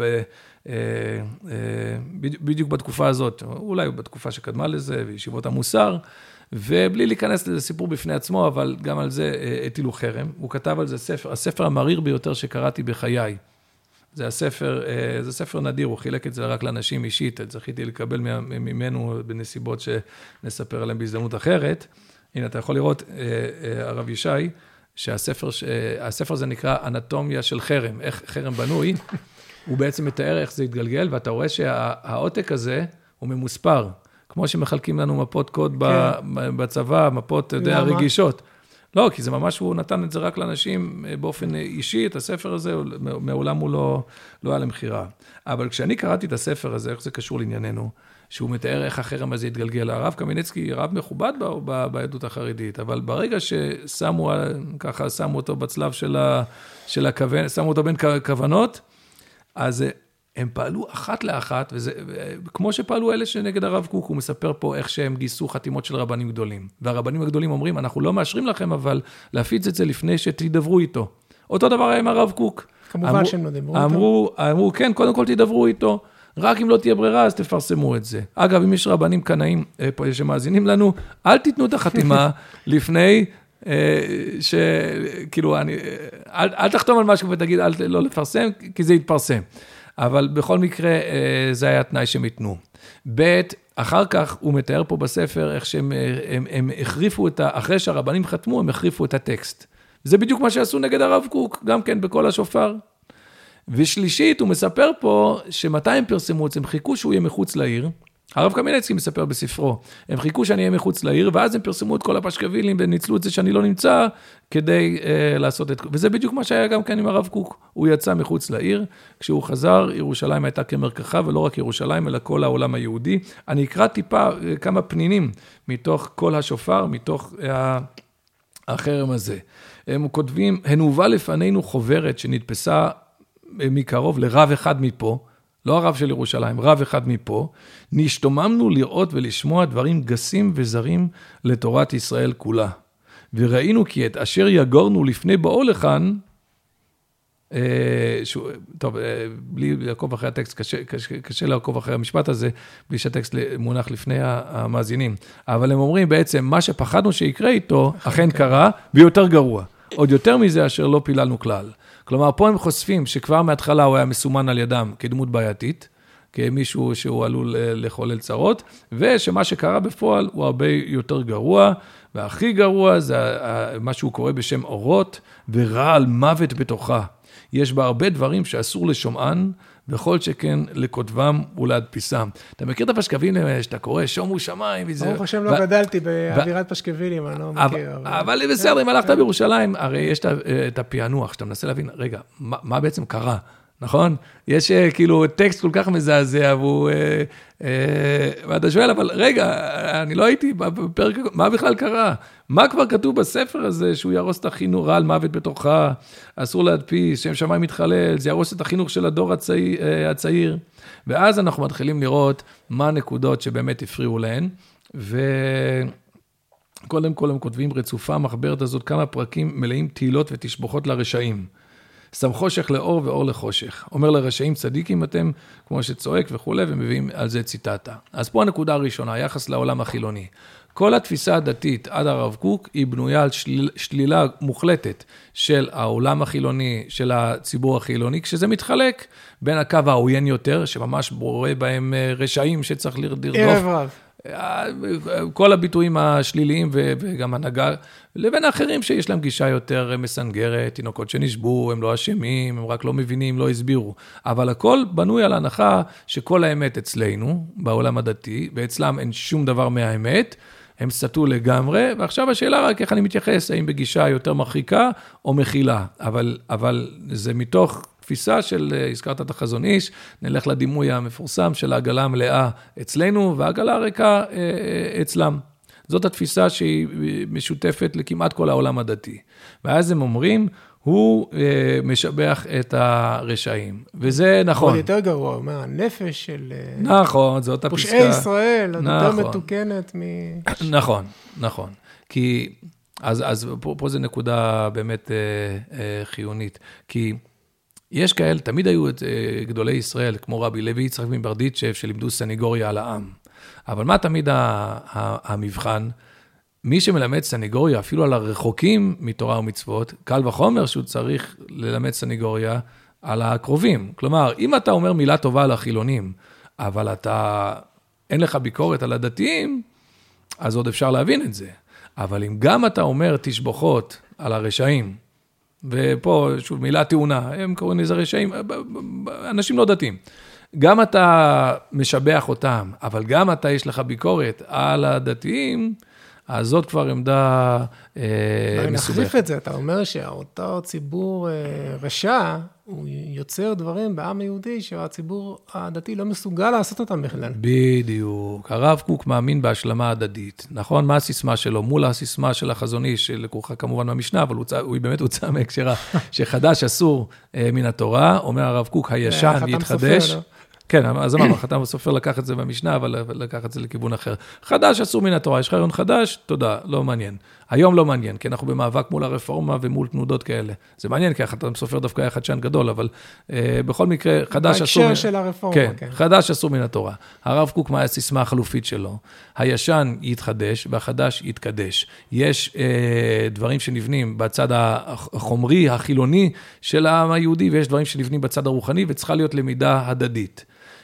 A: בדיוק בתקופה הזאת, אולי בתקופה שקדמה לזה, וישיבות המוסר, ובלי להיכנס לזה סיפור בפני עצמו, אבל גם על זה הטילו חרם. הוא כתב על זה ספר, הספר המריר ביותר שקראתי בחיי. זה הספר, זה ספר נדיר, הוא חילק את זה רק לאנשים אישית, זכיתי לקבל ממנו בנסיבות שנספר עליהם בהזדמנות אחרת. הנה, אתה יכול לראות, הרב ישי, שהספר, הספר הזה נקרא אנטומיה של חרם, איך חרם בנוי, הוא בעצם מתאר איך זה יתגלגל, ואתה רואה שהעותק הזה הוא ממוספר, כמו שמחלקים לנו מפות קוד בצבא, מפות, אתה יודע, רגישות. לא, כי זה ממש, הוא נתן את זה רק לאנשים באופן אישי, את הספר הזה, מעולם הוא לא, לא היה למחירה. אבל כשאני קראתי את הספר הזה, איך זה קשור לענייננו, שהוא מתאר איך החרם הזה יתגלגל. הרב קמינצקי רב מכובד בעדות החרדית, אבל ברגע ששמו, ככה שמו אותו בצלב של, ה, של הכוון, שמו אותו בין כוונות, אז הם פעלו אחת לאחת, וזה, כמו שפעלו אלה שנגד הרב קוק, הוא מספר פה איך שהם גייסו חתימות של רבנים גדולים. והרבנים הגדולים אומרים, אנחנו לא מאשרים לכם, אבל להפיץ את זה לפני שתדברו איתו. אותו דבר היה עם הרב קוק.
B: כמובן אמרו, שהם לא דיברו
A: אמרו, איתו. אמרו, כן, קודם כל תדברו איתו. רק אם לא תהיה ברירה, אז תפרסמו את זה. אגב, אם יש רבנים קנאים פה שמאזינים לנו, אל תיתנו את החתימה לפני שכאילו, אני, אל, אל תחתום על משהו ותגיד, אל לא לפרסם, כי זה יתפרסם. אבל בכל מקרה, זה היה התנאי שהם יתנו. ב', אחר כך הוא מתאר פה בספר, איך שהם הם, הם החריפו את ה... אחרי שהרבנים חתמו, הם החריפו את הטקסט. זה בדיוק מה שעשו נגד הרב קוק, גם כן בכל השופר. ושלישית, הוא מספר פה, שמתי הם פרסמו את זה, הם חיכו שהוא יהיה מחוץ לעיר, הרב קמינצקי מספר בספרו, הם חיכו שאני אהיה מחוץ לעיר, ואז הם פרסמו את כל הפשקווילים, וניצלו את זה שאני לא נמצא, כדי אה, לעשות את... וזה בדיוק מה שהיה גם כאן עם הרב קוק. הוא יצא מחוץ לעיר, כשהוא חזר, ירושלים הייתה כמרקחה, ולא רק ירושלים, אלא כל העולם היהודי. אני אקרא טיפה כמה פנינים, מתוך כל השופר, מתוך ה... החרם הזה. הם כותבים, הנובא לפנינו חוברת, שנתפסה מקרוב לרב אחד מפה, לא הרב של ירושלים, רב אחד מפה, נשתוממנו לראות ולשמוע דברים גסים וזרים לתורת ישראל כולה. וראינו כי את אשר יגורנו לפני באו לכאן, אה, שהוא, טוב, אה, בלי לעקוב אחרי הטקסט, קשה, קשה, קשה לעקוב אחרי המשפט הזה, בלי שהטקסט מונח לפני המאזינים. אבל הם אומרים בעצם, מה שפחדנו שיקרה איתו, אכן קרה, ויותר גרוע. עוד יותר מזה אשר לא פיללנו כלל. כלומר, פה הם חושפים שכבר מההתחלה הוא היה מסומן על ידם כדמות בעייתית, כמישהו שהוא עלול לחולל צרות, ושמה שקרה בפועל הוא הרבה יותר גרוע, והכי גרוע זה מה שהוא קורא בשם אורות, ורעל מוות בתוכה. יש בה הרבה דברים שאסור לשומען, וכל שכן לכותבם ולהדפיסם. אתה מכיר את הפשקווילים שאתה קורא, שומו שמיים וזה...
B: ברוך השם לא גדלתי באווירת פשקווילים, אני לא מכיר.
A: אבל בסדר, אם הלכת בירושלים, הרי יש את הפענוח, שאתה מנסה להבין, רגע, מה בעצם קרה? נכון? יש כאילו טקסט כל כך מזעזע, והוא... ואתה שואל, אבל רגע, אני לא הייתי בפרק... מה בכלל קרה? מה כבר כתוב בספר הזה, שהוא ירוס את החינוך, רעל מוות בתוכה, אסור להדפיס, שם שמיים מתחלל, זה ירוס את החינוך של הדור הצעיר, הצעיר. ואז אנחנו מתחילים לראות מה הנקודות שבאמת הפריעו להן, וקודם כל הם כותבים רצופה המחברת הזאת, כמה פרקים מלאים תהילות ותשבחות לרשעים. שם חושך לאור ואור לחושך. אומר לרשעים צדיקים אתם, כמו שצועק וכו', ומביאים על זה ציטטה. אז פה הנקודה הראשונה, היחס לעולם החילוני. כל התפיסה הדתית עד הרב קוק היא בנויה על שליל, שלילה מוחלטת של העולם החילוני, של הציבור החילוני, כשזה מתחלק בין הקו העוין יותר, שממש רואה בהם רשעים שצריך לרדוף.
B: ערב רב.
A: כל הביטויים השליליים וגם הנהגה, לבין האחרים שיש להם גישה יותר מסנגרת, תינוקות שנשבו, הם לא אשמים, הם רק לא מבינים, לא הסבירו. אבל הכל בנוי על ההנחה שכל האמת אצלנו, בעולם הדתי, ואצלם אין שום דבר מהאמת, הם סתו לגמרי, ועכשיו השאלה רק איך אני מתייחס, האם בגישה יותר מרחיקה או מכילה, אבל, אבל זה מתוך תפיסה של, הזכרת את החזון איש, נלך לדימוי המפורסם של העגלה המלאה אצלנו, והעגלה הריקה אצלם. זאת התפיסה שהיא משותפת לכמעט כל העולם הדתי. ואז הם אומרים, הוא משבח את הרשעים. וזה נכון.
B: עוד יותר גרוע, הוא אומר, הנפש של...
A: נכון, זאת הפסקה.
B: פושעי ישראל, עוד יותר מתוקנת מ...
A: נכון, נכון. כי, אז, אז פה, פה זה נקודה באמת חיונית. כי יש כאלה, תמיד היו את גדולי ישראל, כמו רבי לוי יצחק מברדיצ'ב, שלימדו סניגוריה על העם. אבל מה תמיד המבחן? מי שמלמד סניגוריה, אפילו על הרחוקים מתורה ומצוות, קל וחומר שהוא צריך ללמד סניגוריה על הקרובים. כלומר, אם אתה אומר מילה טובה על החילונים, אבל אתה, אין לך ביקורת על הדתיים, אז עוד אפשר להבין את זה. אבל אם גם אתה אומר תשבחות על הרשעים, ופה שוב מילה טעונה, הם קוראים לזה רשעים, אנשים לא דתיים. גם אתה משבח אותם, אבל גם אתה יש לך ביקורת על הדתיים, אז זאת כבר עמדה אה, מסובכת.
B: נחריף את זה, אתה אומר שאותו ציבור אה, רשע, הוא יוצר דברים בעם היהודי, שהציבור הדתי לא מסוגל לעשות אותם בכלל.
A: בדיוק. הרב קוק מאמין בהשלמה הדדית. נכון? מה הסיסמה שלו? מול הסיסמה של החזון איש, שלקוחה כמובן מהמשנה, אבל הוא, הוא באמת הוצא מהקשרה, שחדש אסור אה, מן התורה, אומר הרב קוק, הישן יתחדש. סופר, לא? כן, אז אמרנו, חתם סופר לקח את זה במשנה, אבל לקח את זה לכיוון אחר. חדש אסור מן התורה, יש לך רעיון חדש? תודה, לא מעניין. היום לא מעניין, כי אנחנו במאבק מול הרפורמה ומול תנודות כאלה. זה מעניין, כי חתם סופר דווקא היה חדשן גדול, אבל אה, בכל מקרה, חדש אסור...
B: בהקשר של הרפורמה,
A: כן.
B: כן.
A: חדש אסור מן התורה. הרב קוק, מה הסיסמה החלופית שלו? הישן יתחדש והחדש יתקדש. יש אה, דברים שנבנים בצד החומרי, החילוני של העם היהודי, ויש דברים שנבנים בצד הרוחני, וצריכה להיות למידה הדדית.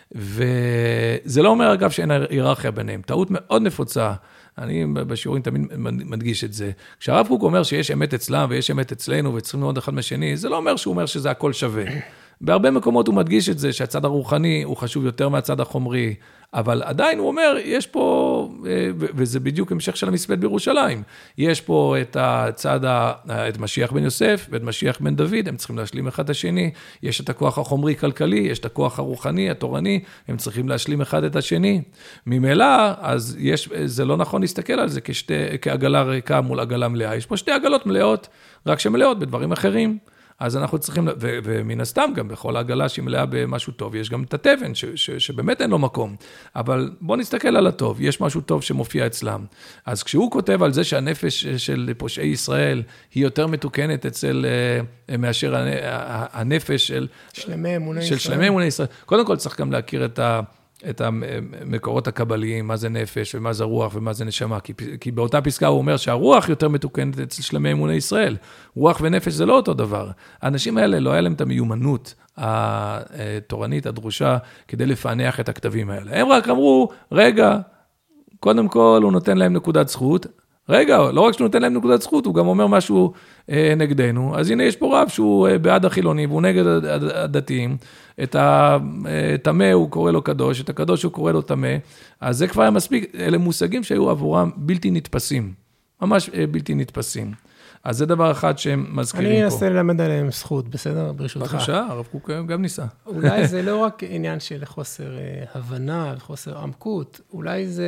A: וזה לא אומר, אגב, שאין היררכיה ביניהם. טעות מאוד נפוצה, אני בשיעורים תמיד מדגיש את זה. כשהרב קוק אומר שיש אמת אצלם ויש אמת אצלנו וצריכים ללמוד אחד מהשני, זה לא אומר שהוא אומר שזה הכל שווה. בהרבה מקומות הוא מדגיש את זה, שהצד הרוחני הוא חשוב יותר מהצד החומרי, אבל עדיין הוא אומר, יש פה, וזה בדיוק המשך של המספד בירושלים, יש פה את הצד, את משיח בן יוסף ואת משיח בן דוד, הם צריכים להשלים אחד את השני, יש את הכוח החומרי-כלכלי, יש את הכוח הרוחני, התורני, הם צריכים להשלים אחד את השני. ממילא, אז יש, זה לא נכון להסתכל על זה כשתי, כעגלה ריקה מול עגלה מלאה, יש פה שתי עגלות מלאות, רק שמלאות בדברים אחרים. אז אנחנו צריכים, ו- ומן הסתם גם בכל העגלה שהיא מלאה במשהו טוב, יש גם את התבן ש- ש- שבאמת אין לו מקום, אבל בוא נסתכל על הטוב, יש משהו טוב שמופיע אצלם. אז כשהוא כותב על זה שהנפש של פושעי ישראל היא יותר מתוקנת אצל, מאשר הנפש של
B: שלמי אמוני
A: של
B: ישראל.
A: שלמי אמוני ישראל. קודם כל צריך גם להכיר את ה... את המקורות הקבליים, מה זה נפש ומה זה רוח ומה זה נשמה, כי, כי באותה פסקה הוא אומר שהרוח יותר מתוקנת אצל שלמי אמוני ישראל. רוח ונפש זה לא אותו דבר. האנשים האלה לא היה להם את המיומנות התורנית, הדרושה, כדי לפענח את הכתבים האלה. הם רק אמרו, רגע, קודם כל הוא נותן להם נקודת זכות, רגע, לא רק שהוא נותן להם נקודת זכות, הוא גם אומר משהו אה, נגדנו. אז הנה יש פה רב שהוא אה, בעד החילונים, והוא נגד הדתיים. את התמה הוא קורא לו קדוש, את הקדוש הוא קורא לו תמה. אז זה כבר היה מספיק, אלה מושגים שהיו עבורם בלתי נתפסים. ממש אה, בלתי נתפסים. אז זה דבר אחד שהם מזכירים פה.
B: אני אנסה ללמד עליהם זכות, בסדר? ברשותך.
A: בבקשה, הרב קוק גם ניסה.
B: אולי זה לא רק עניין של חוסר אה, הבנה וחוסר עמקות, אולי זה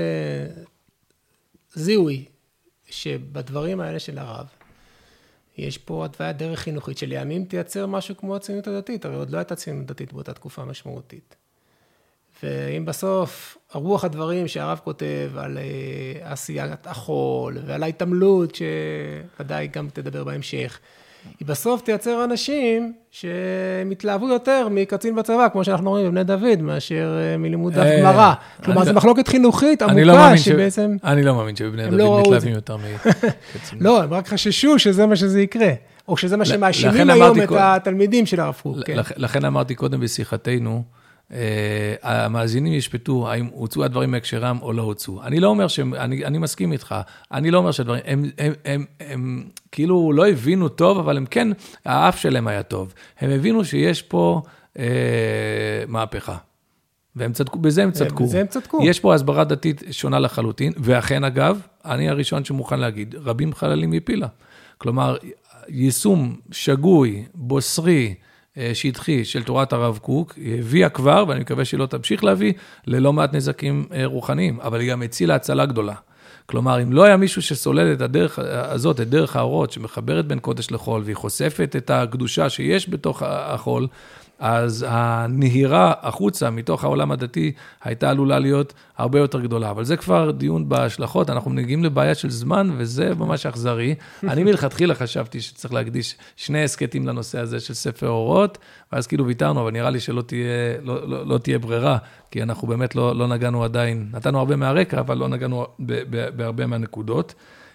B: זיהוי. שבדברים האלה של הרב, יש פה התוויית דרך חינוכית שלימים תייצר משהו כמו הציונות הדתית, הרי עוד לא הייתה ציונות דתית באותה תקופה משמעותית. ואם בסוף הרוח הדברים שהרב כותב על עשיית החול ועל ההתעמלות, שוודאי גם תדבר בהמשך, היא בסוף תייצר אנשים שמתלהבו יותר מקצין בצבא, כמו שאנחנו רואים בבני דוד, מאשר מלימוד דף גמרא. כלומר, זו מחלוקת חינוכית עמוקה שבעצם...
A: אני לא מאמין שבבני דוד מתלהבים יותר מקצין.
B: לא, הם רק חששו שזה מה שזה יקרה, או שזה מה שמאשימים היום את התלמידים של הרב קוק.
A: לכן אמרתי קודם בשיחתנו, המאזינים ישפטו האם הוצאו הדברים מהקשרם או לא הוצאו. אני לא אומר שהם, אני, אני מסכים איתך, אני לא אומר שהדברים, הם, הם, הם, הם כאילו לא הבינו טוב, אבל הם כן, האף שלהם היה טוב. הם הבינו שיש פה אה, מהפכה. והם צדקו, בזה הם צדקו.
B: בזה הם צדקו.
A: יש פה הסברה דתית שונה לחלוטין, ואכן אגב, אני הראשון שמוכן להגיד, רבים חללים מפילה. כלומר, יישום שגוי, בוסרי, שטחי של תורת הרב קוק, היא הביאה כבר, ואני מקווה שהיא לא תמשיך להביא, ללא מעט נזקים רוחניים, אבל היא גם הצילה הצלה גדולה. כלומר, אם לא היה מישהו שסולל את הדרך הזאת, את דרך האורות, שמחברת בין קודש לחול, והיא חושפת את הקדושה שיש בתוך החול, אז הנהירה החוצה מתוך העולם הדתי הייתה עלולה להיות הרבה יותר גדולה. אבל זה כבר דיון בהשלכות, אנחנו מגיעים לבעיה של זמן, וזה ממש אכזרי. אני מלכתחילה חשבתי שצריך להקדיש שני הסקטים לנושא הזה של ספר אורות, ואז כאילו ויתרנו, אבל נראה לי שלא תהיה, לא, לא, לא תהיה ברירה, כי אנחנו באמת לא, לא נגענו עדיין, נתנו הרבה מהרקע, אבל לא נגענו ב, ב, בהרבה מהנקודות.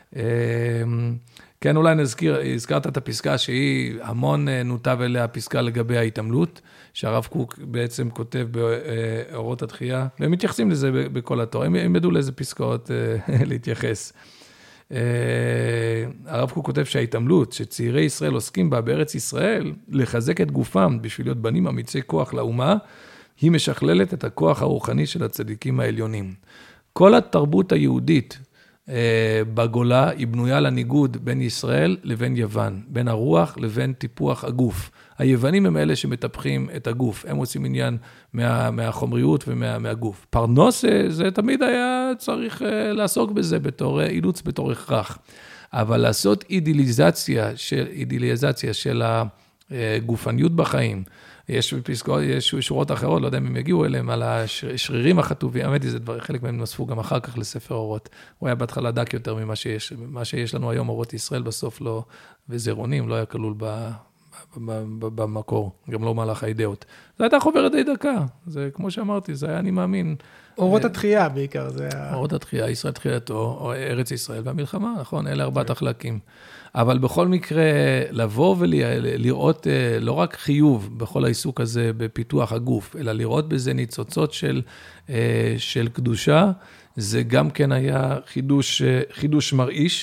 A: כן, אולי נזכיר, הזכרת את הפסקה שהיא המון נוטב אליה הפסקה לגבי ההתעמלות, שהרב קוק בעצם כותב באורות התחייה, והם מתייחסים לזה בכל התור, הם, הם ידעו לאיזה פסקאות להתייחס. הרב קוק כותב שההתעמלות שצעירי ישראל עוסקים בה בארץ ישראל, לחזק את גופם בשביל להיות בנים אמיצי כוח לאומה, היא משכללת את הכוח הרוחני של הצדיקים העליונים. כל התרבות היהודית, בגולה היא בנויה לניגוד בין ישראל לבין יוון, בין הרוח לבין טיפוח הגוף. היוונים הם אלה שמטפחים את הגוף, הם עושים עניין מה, מהחומריות ומהגוף. פרנוס זה תמיד היה צריך לעסוק בזה בתור אילוץ, בתור הכרח. אבל לעשות אידיליזציה של, אידיליזציה של הגופניות בחיים, יש בפסקאות, יש שורות אחרות, לא יודע אם הם יגיעו אליהם, על השרירים החטובים, האמת היא, זה דבר, חלק מהם נוספו גם אחר כך לספר אורות. הוא היה בהתחלה דק יותר ממה שיש, מה שיש לנו היום, אורות ישראל בסוף לא, וזרעונים, לא היה כלול ב, ב, ב, במקור, גם לא מהלך האידאות. זה הייתה חוברת די דקה, זה כמו שאמרתי, זה היה אני מאמין.
B: אורות התחייה בעיקר, זה היה...
A: אורות התחייה, ישראל תחייתו, או ארץ ישראל והמלחמה, נכון, אלה ארבעת החלקים. אבל בכל מקרה, לבוא ולראות לא רק חיוב בכל העיסוק הזה בפיתוח הגוף, אלא לראות בזה ניצוצות של, של קדושה, זה גם כן היה חידוש, חידוש מרעיש,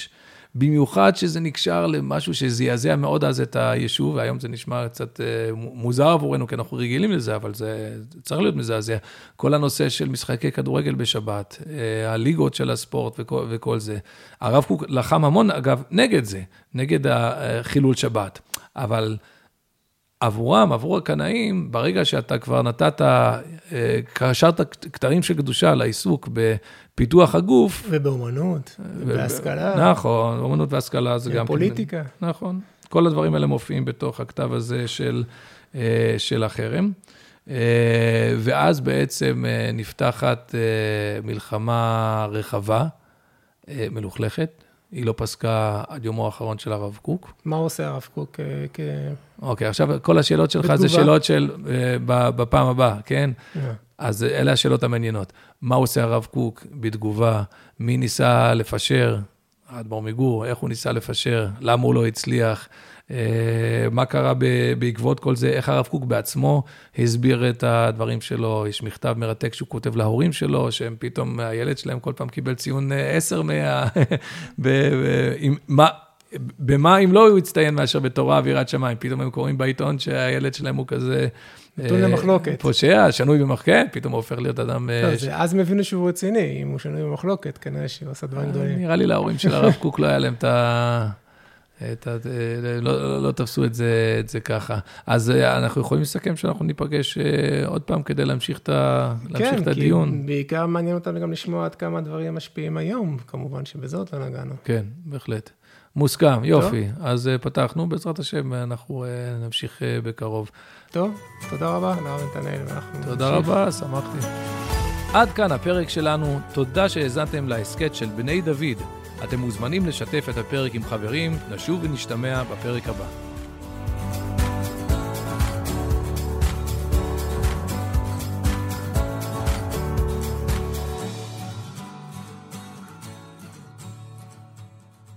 A: במיוחד שזה נקשר למשהו שזעזע מאוד אז את היישוב, והיום זה נשמע קצת מוזר עבורנו, כי אנחנו רגילים לזה, אבל זה צריך להיות מזעזע. כל הנושא של משחקי כדורגל בשבת, הליגות של הספורט וכל, וכל זה. הרב קוק לחם המון, אגב, נגד זה, נגד החילול שבת. אבל עבורם, עבור הקנאים, ברגע שאתה כבר נתת, קשרת כתרים של קדושה לעיסוק בפיתוח הגוף.
B: ובאומנות, ובהשכלה.
A: נכון, באומנות והשכלה זה גם...
B: פוליטיקה.
A: נכון. כל הדברים האלה מופיעים בתוך הכתב הזה של, של החרם. ואז בעצם נפתחת מלחמה רחבה, מלוכלכת. היא לא פסקה עד יומו האחרון של הרב קוק.
B: מה עושה הרב קוק? כ...
A: אוקיי, עכשיו כל השאלות שלך זה שאלות של בפעם הבאה, כן? אז אלה השאלות המעניינות. מה עושה הרב קוק בתגובה? מי ניסה לפשר? האדמו"ר מגור, איך הוא ניסה לפשר? למה הוא לא הצליח? מה קרה בעקבות כל זה? איך הרב קוק בעצמו הסביר את הדברים שלו? יש מכתב מרתק שהוא כותב להורים שלו, שהם פתאום, הילד שלהם כל פעם קיבל ציון עשר מה... במה אם לא הוא הצטיין מאשר בתורה ויראת שמיים? פתאום הם קוראים בעיתון שהילד שלהם הוא כזה...
B: נתון למחלוקת.
A: פושע, שנוי במחלוקת, פתאום הוא הופך להיות אדם...
B: אז הם הבינו שהוא רציני, אם הוא שנוי במחלוקת, כנראה שהוא עושה דברים גדולים.
A: נראה לי להורים של הרב קוק לא היה להם את ה... לא תפסו את זה ככה. אז אנחנו יכולים לסכם שאנחנו ניפגש עוד פעם כדי להמשיך את הדיון.
B: כן, כי בעיקר מעניין אותנו גם לשמוע עד כמה דברים משפיעים היום, כמובן שבזאת לא נגענו.
A: כן, בהחלט. מוסכם, יופי. אז פתחנו, בעזרת השם, אנחנו נמשיך בקרוב.
B: טוב, תודה רבה, לרב נתנאל.
A: תודה רבה, שמחתי. עד כאן הפרק שלנו, תודה שהאזנתם להסכת של בני דוד. אתם מוזמנים לשתף את הפרק עם חברים, נשוב ונשתמע בפרק הבא.